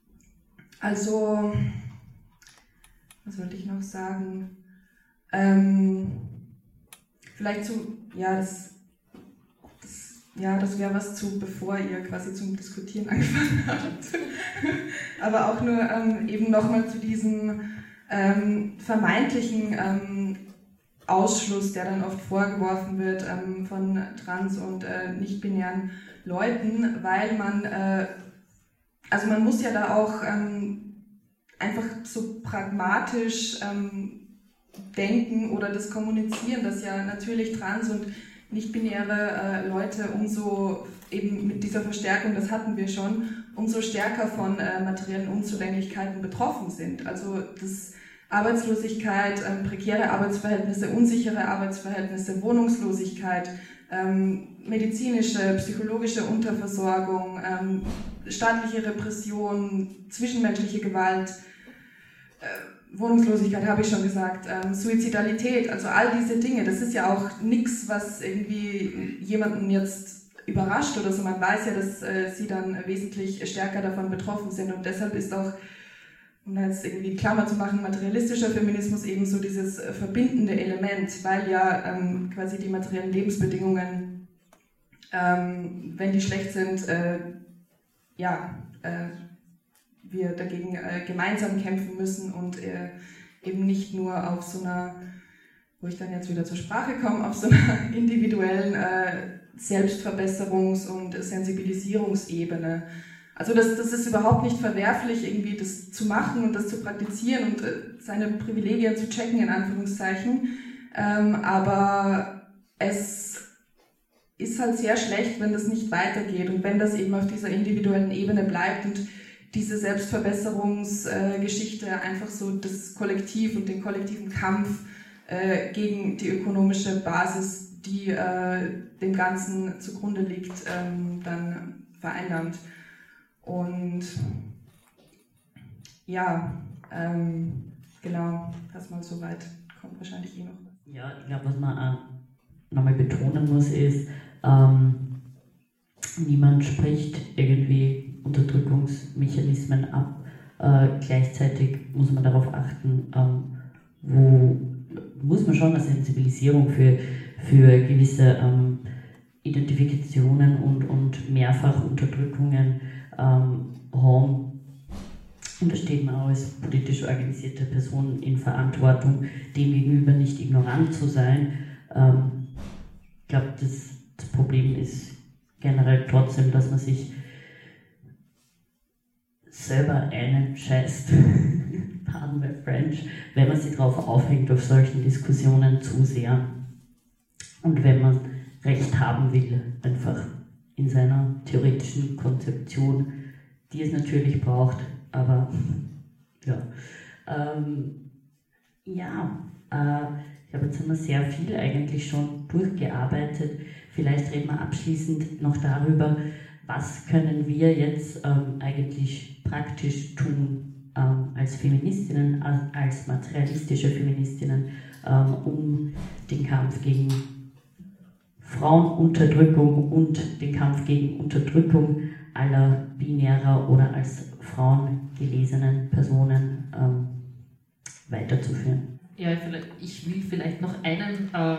S2: also, was wollte ich noch sagen? Ähm, vielleicht zu, ja, das Ja, das wäre was zu, bevor ihr quasi zum Diskutieren angefangen habt. Aber auch nur ähm, eben nochmal zu diesem ähm, vermeintlichen ähm, Ausschluss, der dann oft vorgeworfen wird ähm, von trans- und äh, nicht-binären Leuten, weil man, äh, also man muss ja da auch ähm, einfach so pragmatisch ähm, denken oder das kommunizieren, dass ja natürlich trans- und nicht-binäre äh, Leute umso eben mit dieser Verstärkung, das hatten wir schon, umso stärker von äh, materiellen Unzulänglichkeiten betroffen sind. Also das Arbeitslosigkeit, ähm, prekäre Arbeitsverhältnisse, unsichere Arbeitsverhältnisse, Wohnungslosigkeit, ähm, medizinische, psychologische Unterversorgung, ähm, staatliche Repression, zwischenmenschliche Gewalt, äh, Wohnungslosigkeit habe ich schon gesagt, ähm, Suizidalität, also all diese Dinge, das ist ja auch nichts, was irgendwie jemanden jetzt überrascht oder so. Man weiß ja, dass äh, sie dann wesentlich stärker davon betroffen sind, und deshalb ist auch, um da jetzt irgendwie Klammer zu machen, materialistischer Feminismus eben so dieses äh, verbindende Element, weil ja ähm, quasi die materiellen Lebensbedingungen, ähm, wenn die schlecht sind, äh, ja, äh, wir dagegen äh, gemeinsam kämpfen müssen und äh, eben nicht nur auf so einer, wo ich dann jetzt wieder zur Sprache komme, auf so einer individuellen äh, Selbstverbesserungs- und Sensibilisierungsebene. Also das, das ist überhaupt nicht verwerflich, irgendwie das zu machen und das zu praktizieren und äh, seine Privilegien zu checken, in Anführungszeichen. Ähm, aber es ist halt sehr schlecht, wenn das nicht weitergeht und wenn das eben auf dieser individuellen Ebene bleibt und diese Selbstverbesserungsgeschichte äh, einfach so das Kollektiv und den kollektiven Kampf äh, gegen die ökonomische Basis, die äh, dem Ganzen zugrunde liegt, ähm, dann vereinnahmt. Und ja, ähm, genau, das mal so weit, kommt wahrscheinlich eh noch.
S1: Ja, ich glaube, was man auch nochmal betonen muss, ist, ähm, niemand spricht irgendwie Unterdrückungsmechanismen ab. Äh, gleichzeitig muss man darauf achten, ähm, wo muss man schon eine Sensibilisierung für, für gewisse ähm, Identifikationen und, und Mehrfachunterdrückungen ähm, haben. Und da steht man auch als politisch organisierte Person in Verantwortung, dem gegenüber nicht ignorant zu sein. Ähm, ich glaube, das, das Problem ist generell trotzdem, dass man sich selber einen scheißt, pardon my French, wenn man sich darauf aufhängt, auf solchen Diskussionen zu sehr. Und wenn man Recht haben will, einfach in seiner theoretischen Konzeption, die es natürlich braucht, aber ja. Ähm, ja, äh, ich habe jetzt haben wir sehr viel eigentlich schon durchgearbeitet. Vielleicht reden wir abschließend noch darüber, was können wir jetzt ähm, eigentlich praktisch tun ähm, als Feministinnen, als, als materialistische Feministinnen, ähm, um den Kampf gegen Frauenunterdrückung und den Kampf gegen Unterdrückung aller binärer oder als Frauen gelesenen Personen ähm, weiterzuführen.
S4: Ja, ich will vielleicht noch einen, äh,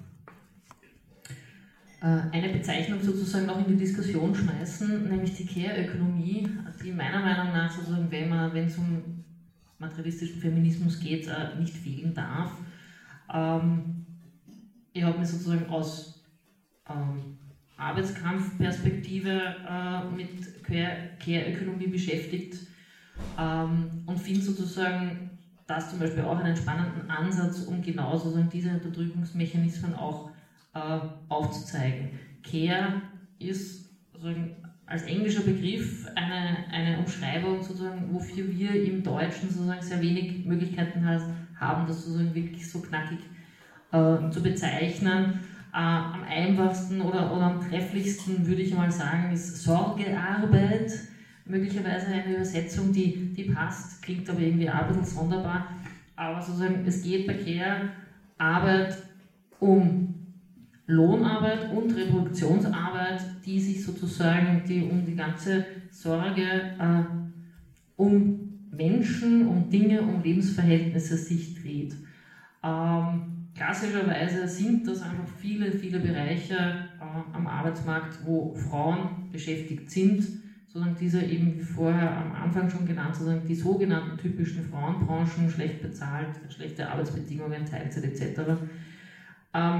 S4: eine Bezeichnung sozusagen noch in die Diskussion schmeißen, nämlich die Care-Ökonomie, die meiner Meinung nach sozusagen, wenn man, wenn es um materialistischen Feminismus geht, äh, nicht fehlen darf. Ähm, ich habe mich sozusagen aus ähm, Arbeitskampfperspektive äh, mit Care-Ökonomie beschäftigt ähm, und finde sozusagen das zum Beispiel auch einen spannenden Ansatz, um genau sozusagen diese Unterdrückungsmechanismen auch äh, aufzuzeigen. Care ist sozusagen als englischer Begriff eine, eine Umschreibung, sozusagen, wofür wir im Deutschen sozusagen sehr wenig Möglichkeiten haben, das sozusagen wirklich so knackig äh, zu bezeichnen. Äh, am einfachsten oder, oder am trefflichsten würde ich mal sagen, ist Sorgearbeit. Möglicherweise eine Übersetzung, die, die passt, klingt aber irgendwie auch ein bisschen sonderbar. Aber sozusagen, es geht bei Care-Arbeit um Lohnarbeit und Reproduktionsarbeit, die sich sozusagen die um die ganze Sorge äh, um Menschen, um Dinge, um Lebensverhältnisse sich dreht. Ähm, klassischerweise sind das einfach viele, viele Bereiche äh, am Arbeitsmarkt, wo Frauen beschäftigt sind, sondern diese eben wie vorher am Anfang schon genannt, sozusagen die sogenannten typischen Frauenbranchen, schlecht bezahlt, schlechte Arbeitsbedingungen, Teilzeit et cetera. Ähm,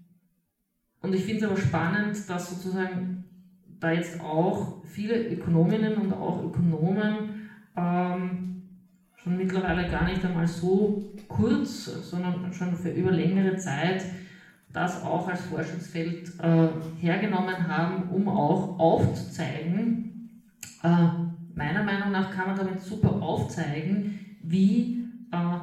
S4: Und ich finde es aber spannend, dass sozusagen da jetzt auch viele Ökonominnen und auch Ökonomen ähm, schon mittlerweile gar nicht einmal so kurz, sondern schon für über längere Zeit das auch als Forschungsfeld äh, hergenommen haben, um auch aufzuzeigen, äh, meiner Meinung nach kann man damit super aufzeigen, wie äh,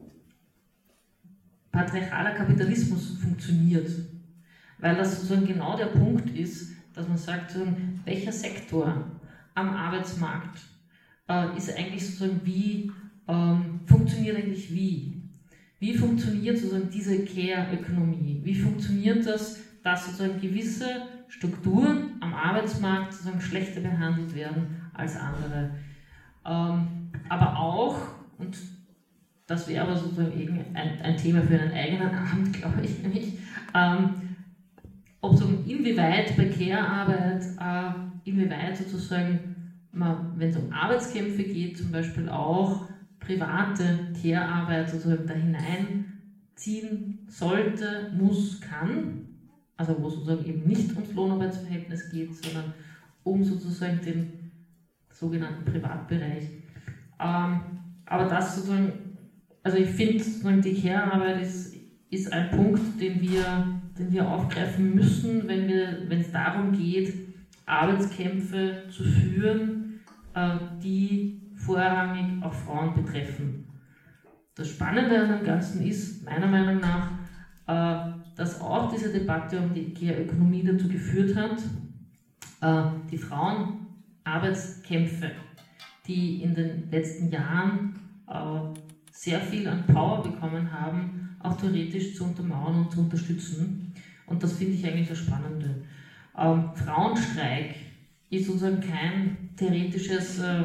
S4: patriarchaler Kapitalismus funktioniert. Weil das sozusagen genau der Punkt ist, dass man sagt, welcher Sektor am Arbeitsmarkt äh, ist eigentlich sozusagen wie, ähm, funktioniert eigentlich wie? Wie funktioniert sozusagen diese Care-Ökonomie? Wie funktioniert das, dass sozusagen gewisse Strukturen am Arbeitsmarkt sozusagen schlechter behandelt werden als andere? Ähm, aber auch, und das wäre aber sozusagen ein, ein Thema für einen eigenen Abend, glaube ich, nämlich, ähm, ob so inwieweit bei Care-Arbeit, äh, inwieweit sozusagen, wenn es um Arbeitskämpfe geht, zum Beispiel auch private Care-Arbeit sozusagen da hineinziehen sollte, muss, kann, also wo sozusagen eben nicht ums Lohnarbeitsverhältnis geht, sondern um sozusagen den sogenannten Privatbereich. Ähm, aber das sozusagen, also ich finde sozusagen die Care-Arbeit ist, ist ein Punkt, den wir den wir aufgreifen müssen, wenn wir, wenn es darum geht, Arbeitskämpfe zu führen, äh, die vorrangig auch Frauen betreffen. Das Spannende an dem Ganzen ist, meiner Meinung nach, äh, dass auch diese Debatte um die Care-Ökonomie dazu geführt hat, äh, die Frauenarbeitskämpfe, die in den letzten Jahren äh, sehr viel an Power bekommen haben, auch theoretisch zu untermauern und zu unterstützen. Und das finde ich eigentlich das Spannende. Ähm, Frauenstreik ist sozusagen kein theoretisches, äh,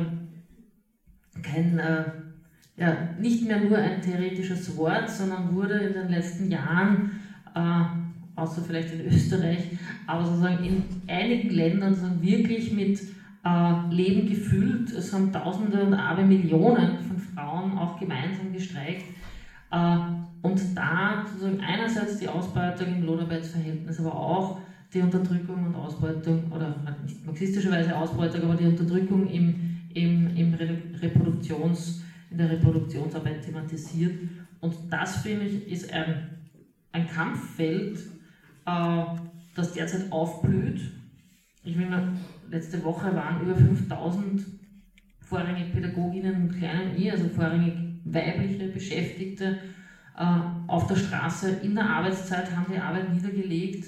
S4: kein, äh, ja, nicht mehr nur ein theoretisches Wort, sondern wurde in den letzten Jahren, äh, außer vielleicht in Österreich, aber sozusagen in einigen Ländern sozusagen wirklich mit äh, Leben gefüllt. Es haben Tausende und aber Millionen von Frauen auch gemeinsam gestreikt. Äh, Und da sozusagen einerseits die Ausbeutung im Lohnarbeitsverhältnis, aber auch die Unterdrückung und Ausbeutung, oder nicht marxistischerweise Ausbeutung, aber die Unterdrückung im, im, im Reproduktions, in der Reproduktionsarbeit thematisiert. Und das, finde ich, ist ein, ein Kampffeld, äh, das derzeit aufblüht. Ich meine, letzte Woche waren über fünftausend vorrangig Pädagoginnen mit kleinem i, also vorrangig weibliche Beschäftigte, auf der Straße in der Arbeitszeit, haben die Arbeit niedergelegt.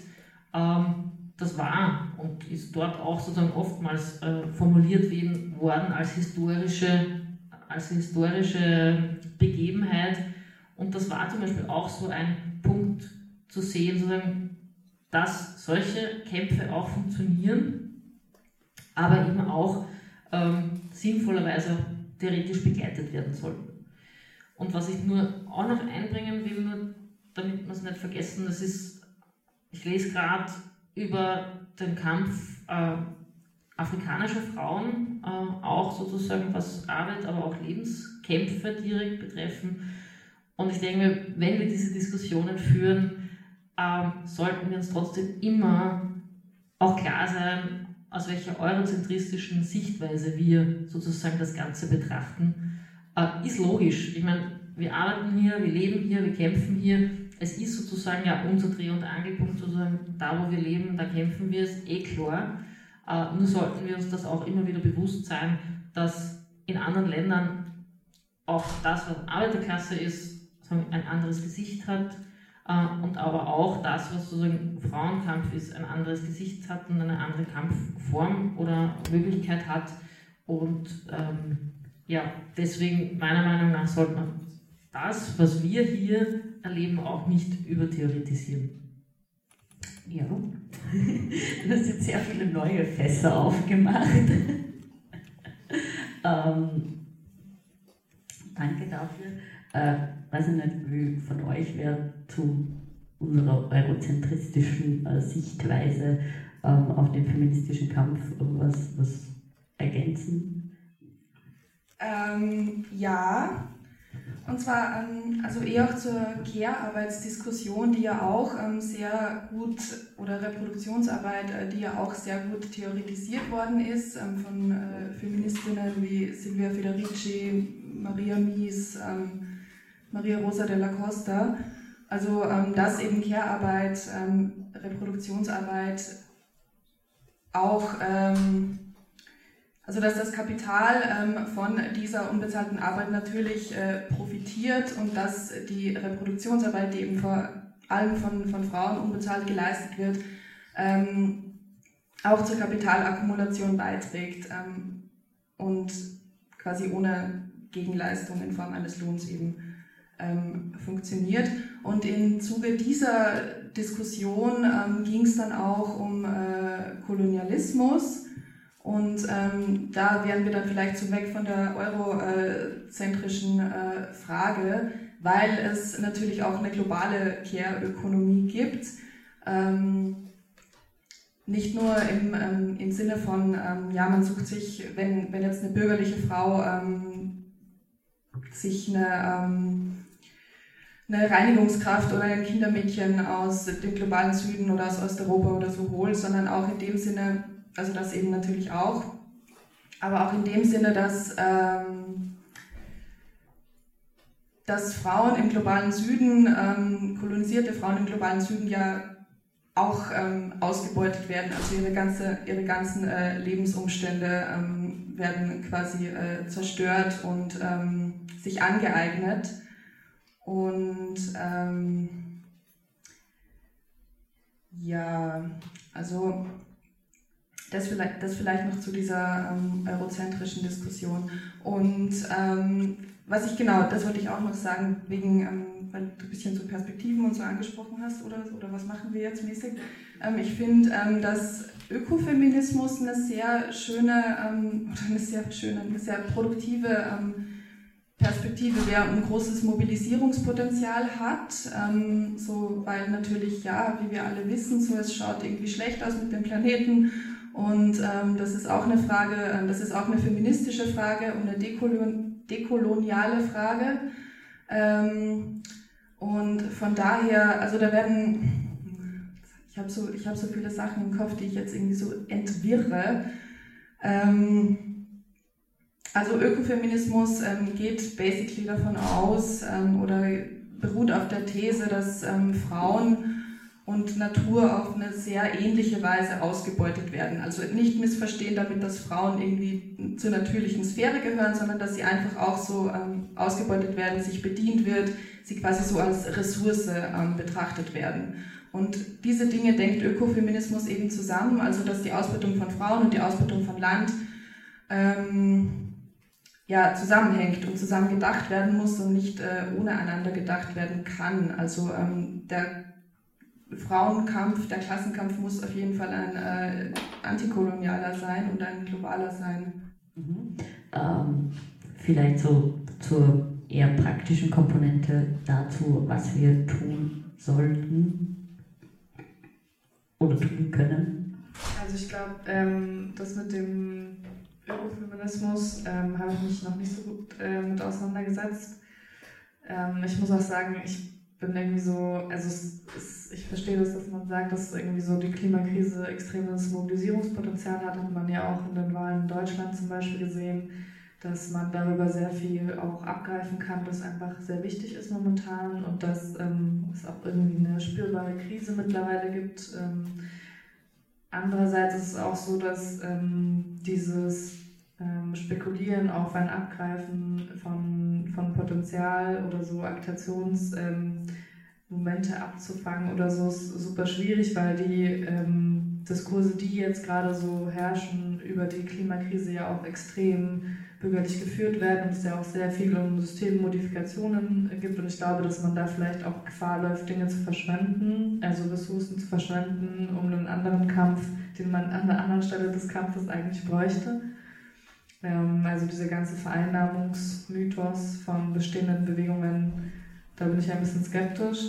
S4: Das war und ist dort auch sozusagen oftmals formuliert worden als historische, als historische Begebenheit. Und das war zum Beispiel auch so ein Punkt zu sehen, sozusagen, dass solche Kämpfe auch funktionieren, aber eben auch ähm, sinnvollerweise theoretisch begleitet werden sollten. Und was ich nur auch noch einbringen will, nur damit wir es nicht vergessen, das ist, ich lese gerade über den Kampf äh, afrikanischer Frauen, äh, auch sozusagen was Arbeit, aber auch Lebenskämpfe direkt betreffen. Und ich denke mir, wenn wir diese Diskussionen führen, äh, sollten wir uns trotzdem immer auch klar sein, aus welcher eurozentristischen Sichtweise wir sozusagen das Ganze betrachten. Äh, ist logisch. Ich meine, wir arbeiten hier, wir leben hier, wir kämpfen hier. Es ist sozusagen ja unser Dreh- und Angelpunkt, sozusagen da, wo wir leben, da kämpfen wir, ist eh klar. Uh, nur sollten wir uns das auch immer wieder bewusst sein, dass in anderen Ländern auch das, was Arbeiterklasse ist, ein anderes Gesicht hat uh, und aber auch das, was sozusagen Frauenkampf ist, ein anderes Gesicht hat und eine andere Kampfform oder Möglichkeit hat. Und ähm, ja, deswegen meiner Meinung nach sollte man das, was wir hier erleben, auch nicht übertheoretisieren.
S1: Ja, du hast jetzt sehr viele neue Fässer aufgemacht. ähm, danke dafür. Äh, weiß ich nicht, wie von euch wer zu unserer eurozentristischen äh, Sichtweise ähm, auf den feministischen Kampf was, was ergänzen?
S2: Ähm, ja. Und zwar ähm, also eher auch zur Care-Arbeitsdiskussion, die ja auch ähm, sehr gut, oder Reproduktionsarbeit, äh, die ja auch sehr gut theoretisiert worden ist ähm, von äh, Feministinnen wie Silvia Federici, Maria Mies, ähm, Maria Rosa de la Costa. Also ähm, dass eben Care-Arbeit, ähm, Reproduktionsarbeit auch ähm, Also dass das Kapital ähm, von dieser unbezahlten Arbeit natürlich äh, profitiert und dass die Reproduktionsarbeit, die eben vor allem von, von Frauen unbezahlt geleistet wird, ähm, auch zur Kapitalakkumulation beiträgt ähm, und quasi ohne Gegenleistung in Form eines Lohns eben ähm, funktioniert. Und im Zuge dieser Diskussion ähm, ging es dann auch um äh, Kolonialismus. Und ähm, da wären wir dann vielleicht so weg von der eurozentrischen äh, Frage, weil es natürlich auch eine globale Care-Ökonomie gibt. Ähm, nicht nur im, ähm, im Sinne von, ähm, ja, man sucht sich, wenn, wenn jetzt eine bürgerliche Frau ähm, sich eine, ähm, eine Reinigungskraft oder ein Kindermädchen aus dem globalen Süden oder aus Osteuropa oder so holt, sondern auch in dem Sinne, also das eben natürlich auch, aber auch in dem Sinne, dass, ähm, dass Frauen im globalen Süden, ähm, kolonisierte Frauen im globalen Süden ja auch ähm, ausgebeutet werden, also ihre, ganze, ihre ganzen äh, Lebensumstände ähm, werden quasi äh, zerstört und ähm, sich angeeignet. Und ähm, ja, also Das vielleicht, das vielleicht noch zu dieser ähm, eurozentrischen Diskussion. Und ähm, was ich genau, das wollte ich auch noch sagen, wegen, ähm, weil du ein bisschen so Perspektiven und so angesprochen hast, oder, oder was machen wir jetzt mäßig. Ähm, ich finde, ähm, dass Ökofeminismus eine sehr schöne, ähm, oder eine sehr schöne, eine sehr produktive ähm, Perspektive wäre, ein großes Mobilisierungspotenzial hat, ähm, so, weil natürlich, ja, wie wir alle wissen, so es schaut irgendwie schlecht aus mit dem Planeten. Und ähm, das ist auch eine Frage, äh, das ist auch eine feministische Frage und eine dekolon dekoloniale Frage. Ähm, und von daher, also da werden, ich habe so, ich hab so viele Sachen im Kopf, die ich jetzt irgendwie so entwirre. Ähm, also Ökofeminismus ähm, geht basically davon aus ähm, oder beruht auf der These, dass ähm, Frauen und Natur auf eine sehr ähnliche Weise ausgebeutet werden. Also nicht missverstehen damit, dass Frauen irgendwie zur natürlichen Sphäre gehören, sondern dass sie einfach auch so ähm, ausgebeutet werden, sich bedient wird, sie quasi so als Ressource ähm, betrachtet werden. Und diese Dinge denkt Ökofeminismus eben zusammen, also dass die Ausbeutung von Frauen und die Ausbeutung von Land ähm, ja, zusammenhängt und zusammen gedacht werden muss und nicht äh, ohne einander gedacht werden kann. Also ähm, der Frauenkampf, der Klassenkampf muss auf jeden Fall ein äh, antikolonialer sein und ein globaler sein.
S1: Mhm. Ähm, vielleicht so zur eher praktischen Komponente dazu, was wir tun sollten oder tun können.
S3: Also ich glaube, ähm, das mit dem Ökofeminismus ähm, habe ich mich noch nicht so gut äh, mit auseinandergesetzt. Ähm, ich muss auch sagen, ich bin irgendwie so, also es, es, ich verstehe das, dass man sagt, dass irgendwie so die Klimakrise extremes Mobilisierungspotenzial hat, hat man ja auch in den Wahlen in Deutschland zum Beispiel gesehen, dass man darüber sehr viel auch abgreifen kann, das einfach sehr wichtig ist momentan und dass ähm, es auch irgendwie eine spürbare Krise mittlerweile gibt. Ähm, andererseits ist es auch so, dass ähm, dieses ähm, Spekulieren auf ein Abgreifen von, von Potenzial oder so Agitationsmomente ähm, abzufangen oder so ist super schwierig, weil die ähm, Diskurse, die jetzt gerade so herrschen über die Klimakrise, ja auch extrem bürgerlich geführt werden und es ja auch sehr viel um Systemmodifikationen gibt und ich glaube, dass man da vielleicht auch Gefahr läuft, Dinge zu verschwenden, also Ressourcen zu verschwenden, um einen anderen Kampf, den man an der anderen Stelle des Kampfes eigentlich bräuchte. Ähm, also dieser ganze Vereinnahmungsmythos von bestehenden Bewegungen, da bin ich ein bisschen skeptisch.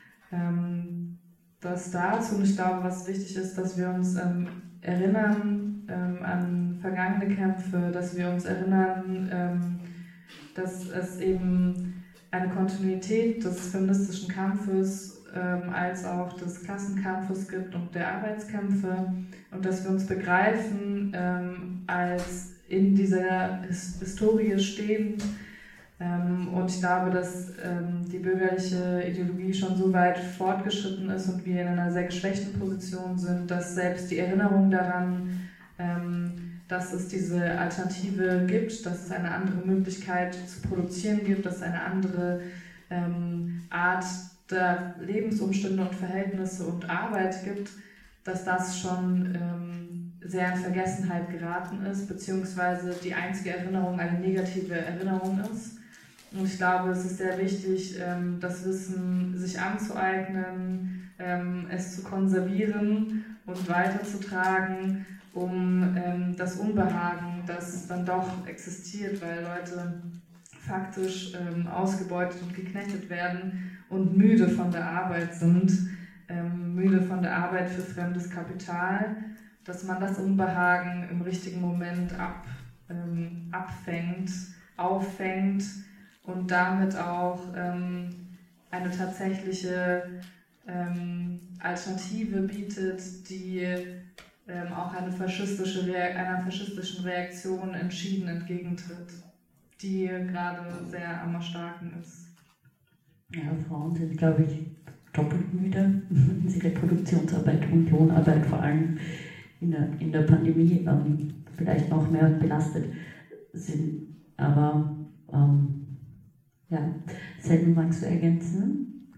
S3: Ähm, das dazu und ich glaube, was wichtig ist, dass wir uns ähm, erinnern ähm, an vergangene Kämpfe, dass wir uns erinnern, ähm, dass es eben eine Kontinuität des feministischen Kampfes ähm, als auch des Klassenkampfes gibt und der Arbeitskämpfe und dass wir uns begreifen ähm, als in dieser His- Historie stehend ähm, und ich glaube, dass ähm, die bürgerliche Ideologie schon so weit fortgeschritten ist und wir in einer sehr geschwächten Position sind, dass selbst die Erinnerung daran, ähm, dass es diese Alternative gibt, dass es eine andere Möglichkeit zu produzieren gibt, dass es eine andere ähm, Art der Lebensumstände und Verhältnisse und Arbeit gibt, dass das schon ähm, sehr in Vergessenheit geraten ist, beziehungsweise die einzige Erinnerung eine negative Erinnerung ist. Und ich glaube, es ist sehr wichtig, ähm, das Wissen sich anzueignen, ähm, es zu konservieren und weiterzutragen, um ähm, das Unbehagen, das dann doch existiert, weil Leute faktisch ähm, ausgebeutet und geknechtet werden und müde von der Arbeit sind, ähm, müde von der Arbeit für fremdes Kapital, dass man das Unbehagen im richtigen Moment ab, ähm, abfängt, auffängt und damit auch ähm, eine tatsächliche ähm, Alternative bietet, die ähm, auch eine faschistische Reak- einer faschistischen Reaktion entschieden entgegentritt, die gerade sehr am Erstarken ist.
S1: Ja, Frauen sind, glaube ich, doppelt müde, wenn sie Reproduktionsarbeit und Lohnarbeit vor allem in der, in der Pandemie ähm, vielleicht noch mehr belastet sind. Aber ähm, ja, Selben, magst du ergänzen?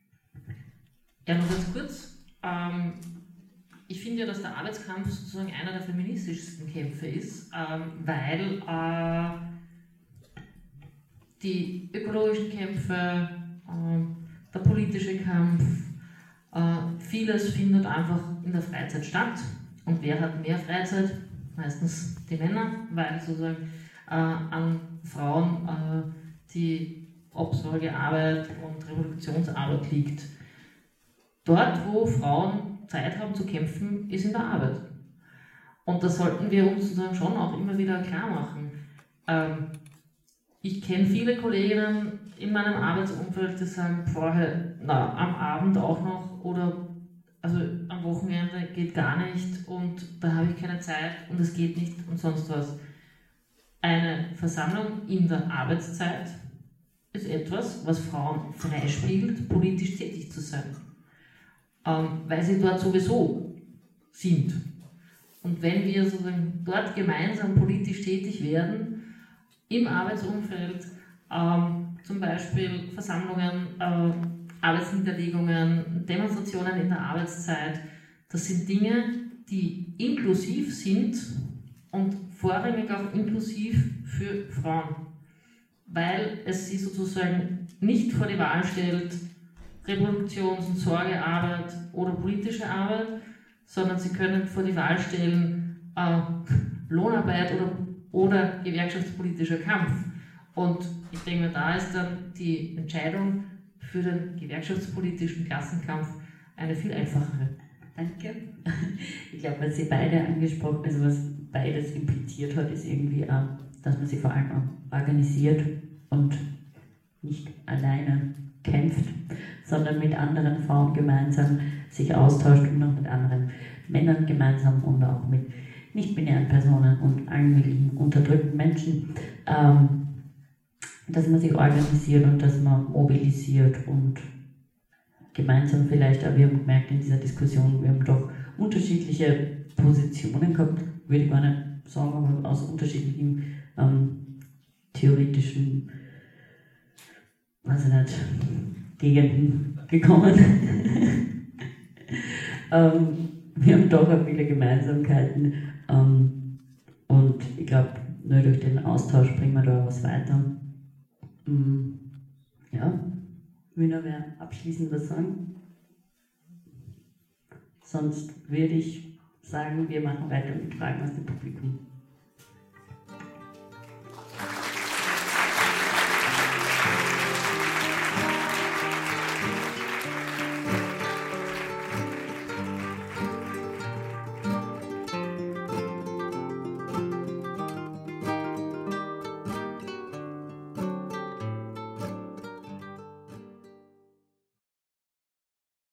S4: Ja, noch ganz kurz. Ähm, ich finde ja, dass der Arbeitskampf sozusagen einer der feministischsten Kämpfe ist, ähm, weil äh, die ökologischen Kämpfe, äh, der politische Kampf, äh, vieles findet einfach in der Freizeit statt. Und wer hat mehr Freizeit? Meistens die Männer, weil sozusagen äh, an Frauen äh, die Obsorgearbeit und Reproduktionsarbeit liegt. Dort, wo Frauen Zeit haben zu kämpfen, ist in der Arbeit. Und das sollten wir uns sozusagen schon auch immer wieder klar machen. Ähm, ich kenne viele Kolleginnen in meinem Arbeitsumfeld, die sagen, vorher, na, am Abend auch noch oder also am Wochenende geht gar nicht und da habe ich keine Zeit und es geht nicht und sonst was. Eine Versammlung in der Arbeitszeit ist etwas, was Frauen freispielt, politisch tätig zu sein. Ähm, weil sie dort sowieso sind. Und wenn wir sozusagen dort gemeinsam politisch tätig werden, im Arbeitsumfeld, ähm, zum Beispiel Versammlungen, äh, Arbeitsniederlegungen, Demonstrationen in der Arbeitszeit, das sind Dinge, die inklusiv sind und vorrangig auch inklusiv für Frauen. Weil es sie sozusagen nicht vor die Wahl stellt, Reproduktions- und Sorgearbeit oder politische Arbeit, sondern sie können vor die Wahl stellen, äh, Lohnarbeit oder, oder gewerkschaftspolitischer Kampf. Und ich denke mir, da ist dann die Entscheidung für den gewerkschaftspolitischen Klassenkampf eine viel einfachere.
S1: Danke. Ich glaube, was Sie beide angesprochen, also was beides impliziert hat, ist irgendwie auch, dass man sich vor allem auch organisiert und nicht alleine kämpft, sondern mit anderen Frauen gemeinsam sich austauscht und auch mit anderen Männern gemeinsam und auch mit nicht-binären Personen und allen möglichen unterdrückten Menschen, ähm, dass man sich organisiert und dass man mobilisiert und gemeinsam vielleicht, aber wir haben gemerkt in dieser Diskussion, wir haben doch unterschiedliche Positionen gehabt, würde ich gar nicht sagen, aber aus unterschiedlichen ähm, theoretischen, weiß ich nicht, Gegenden gekommen. ähm, wir haben doch auch viele Gemeinsamkeiten ähm, und ich glaube, nur durch den Austausch bringen wir da was weiter. Ähm, ja. Will noch wer abschließend was sagen? Sonst würde ich sagen, wir machen weiter mit Fragen aus dem Publikum.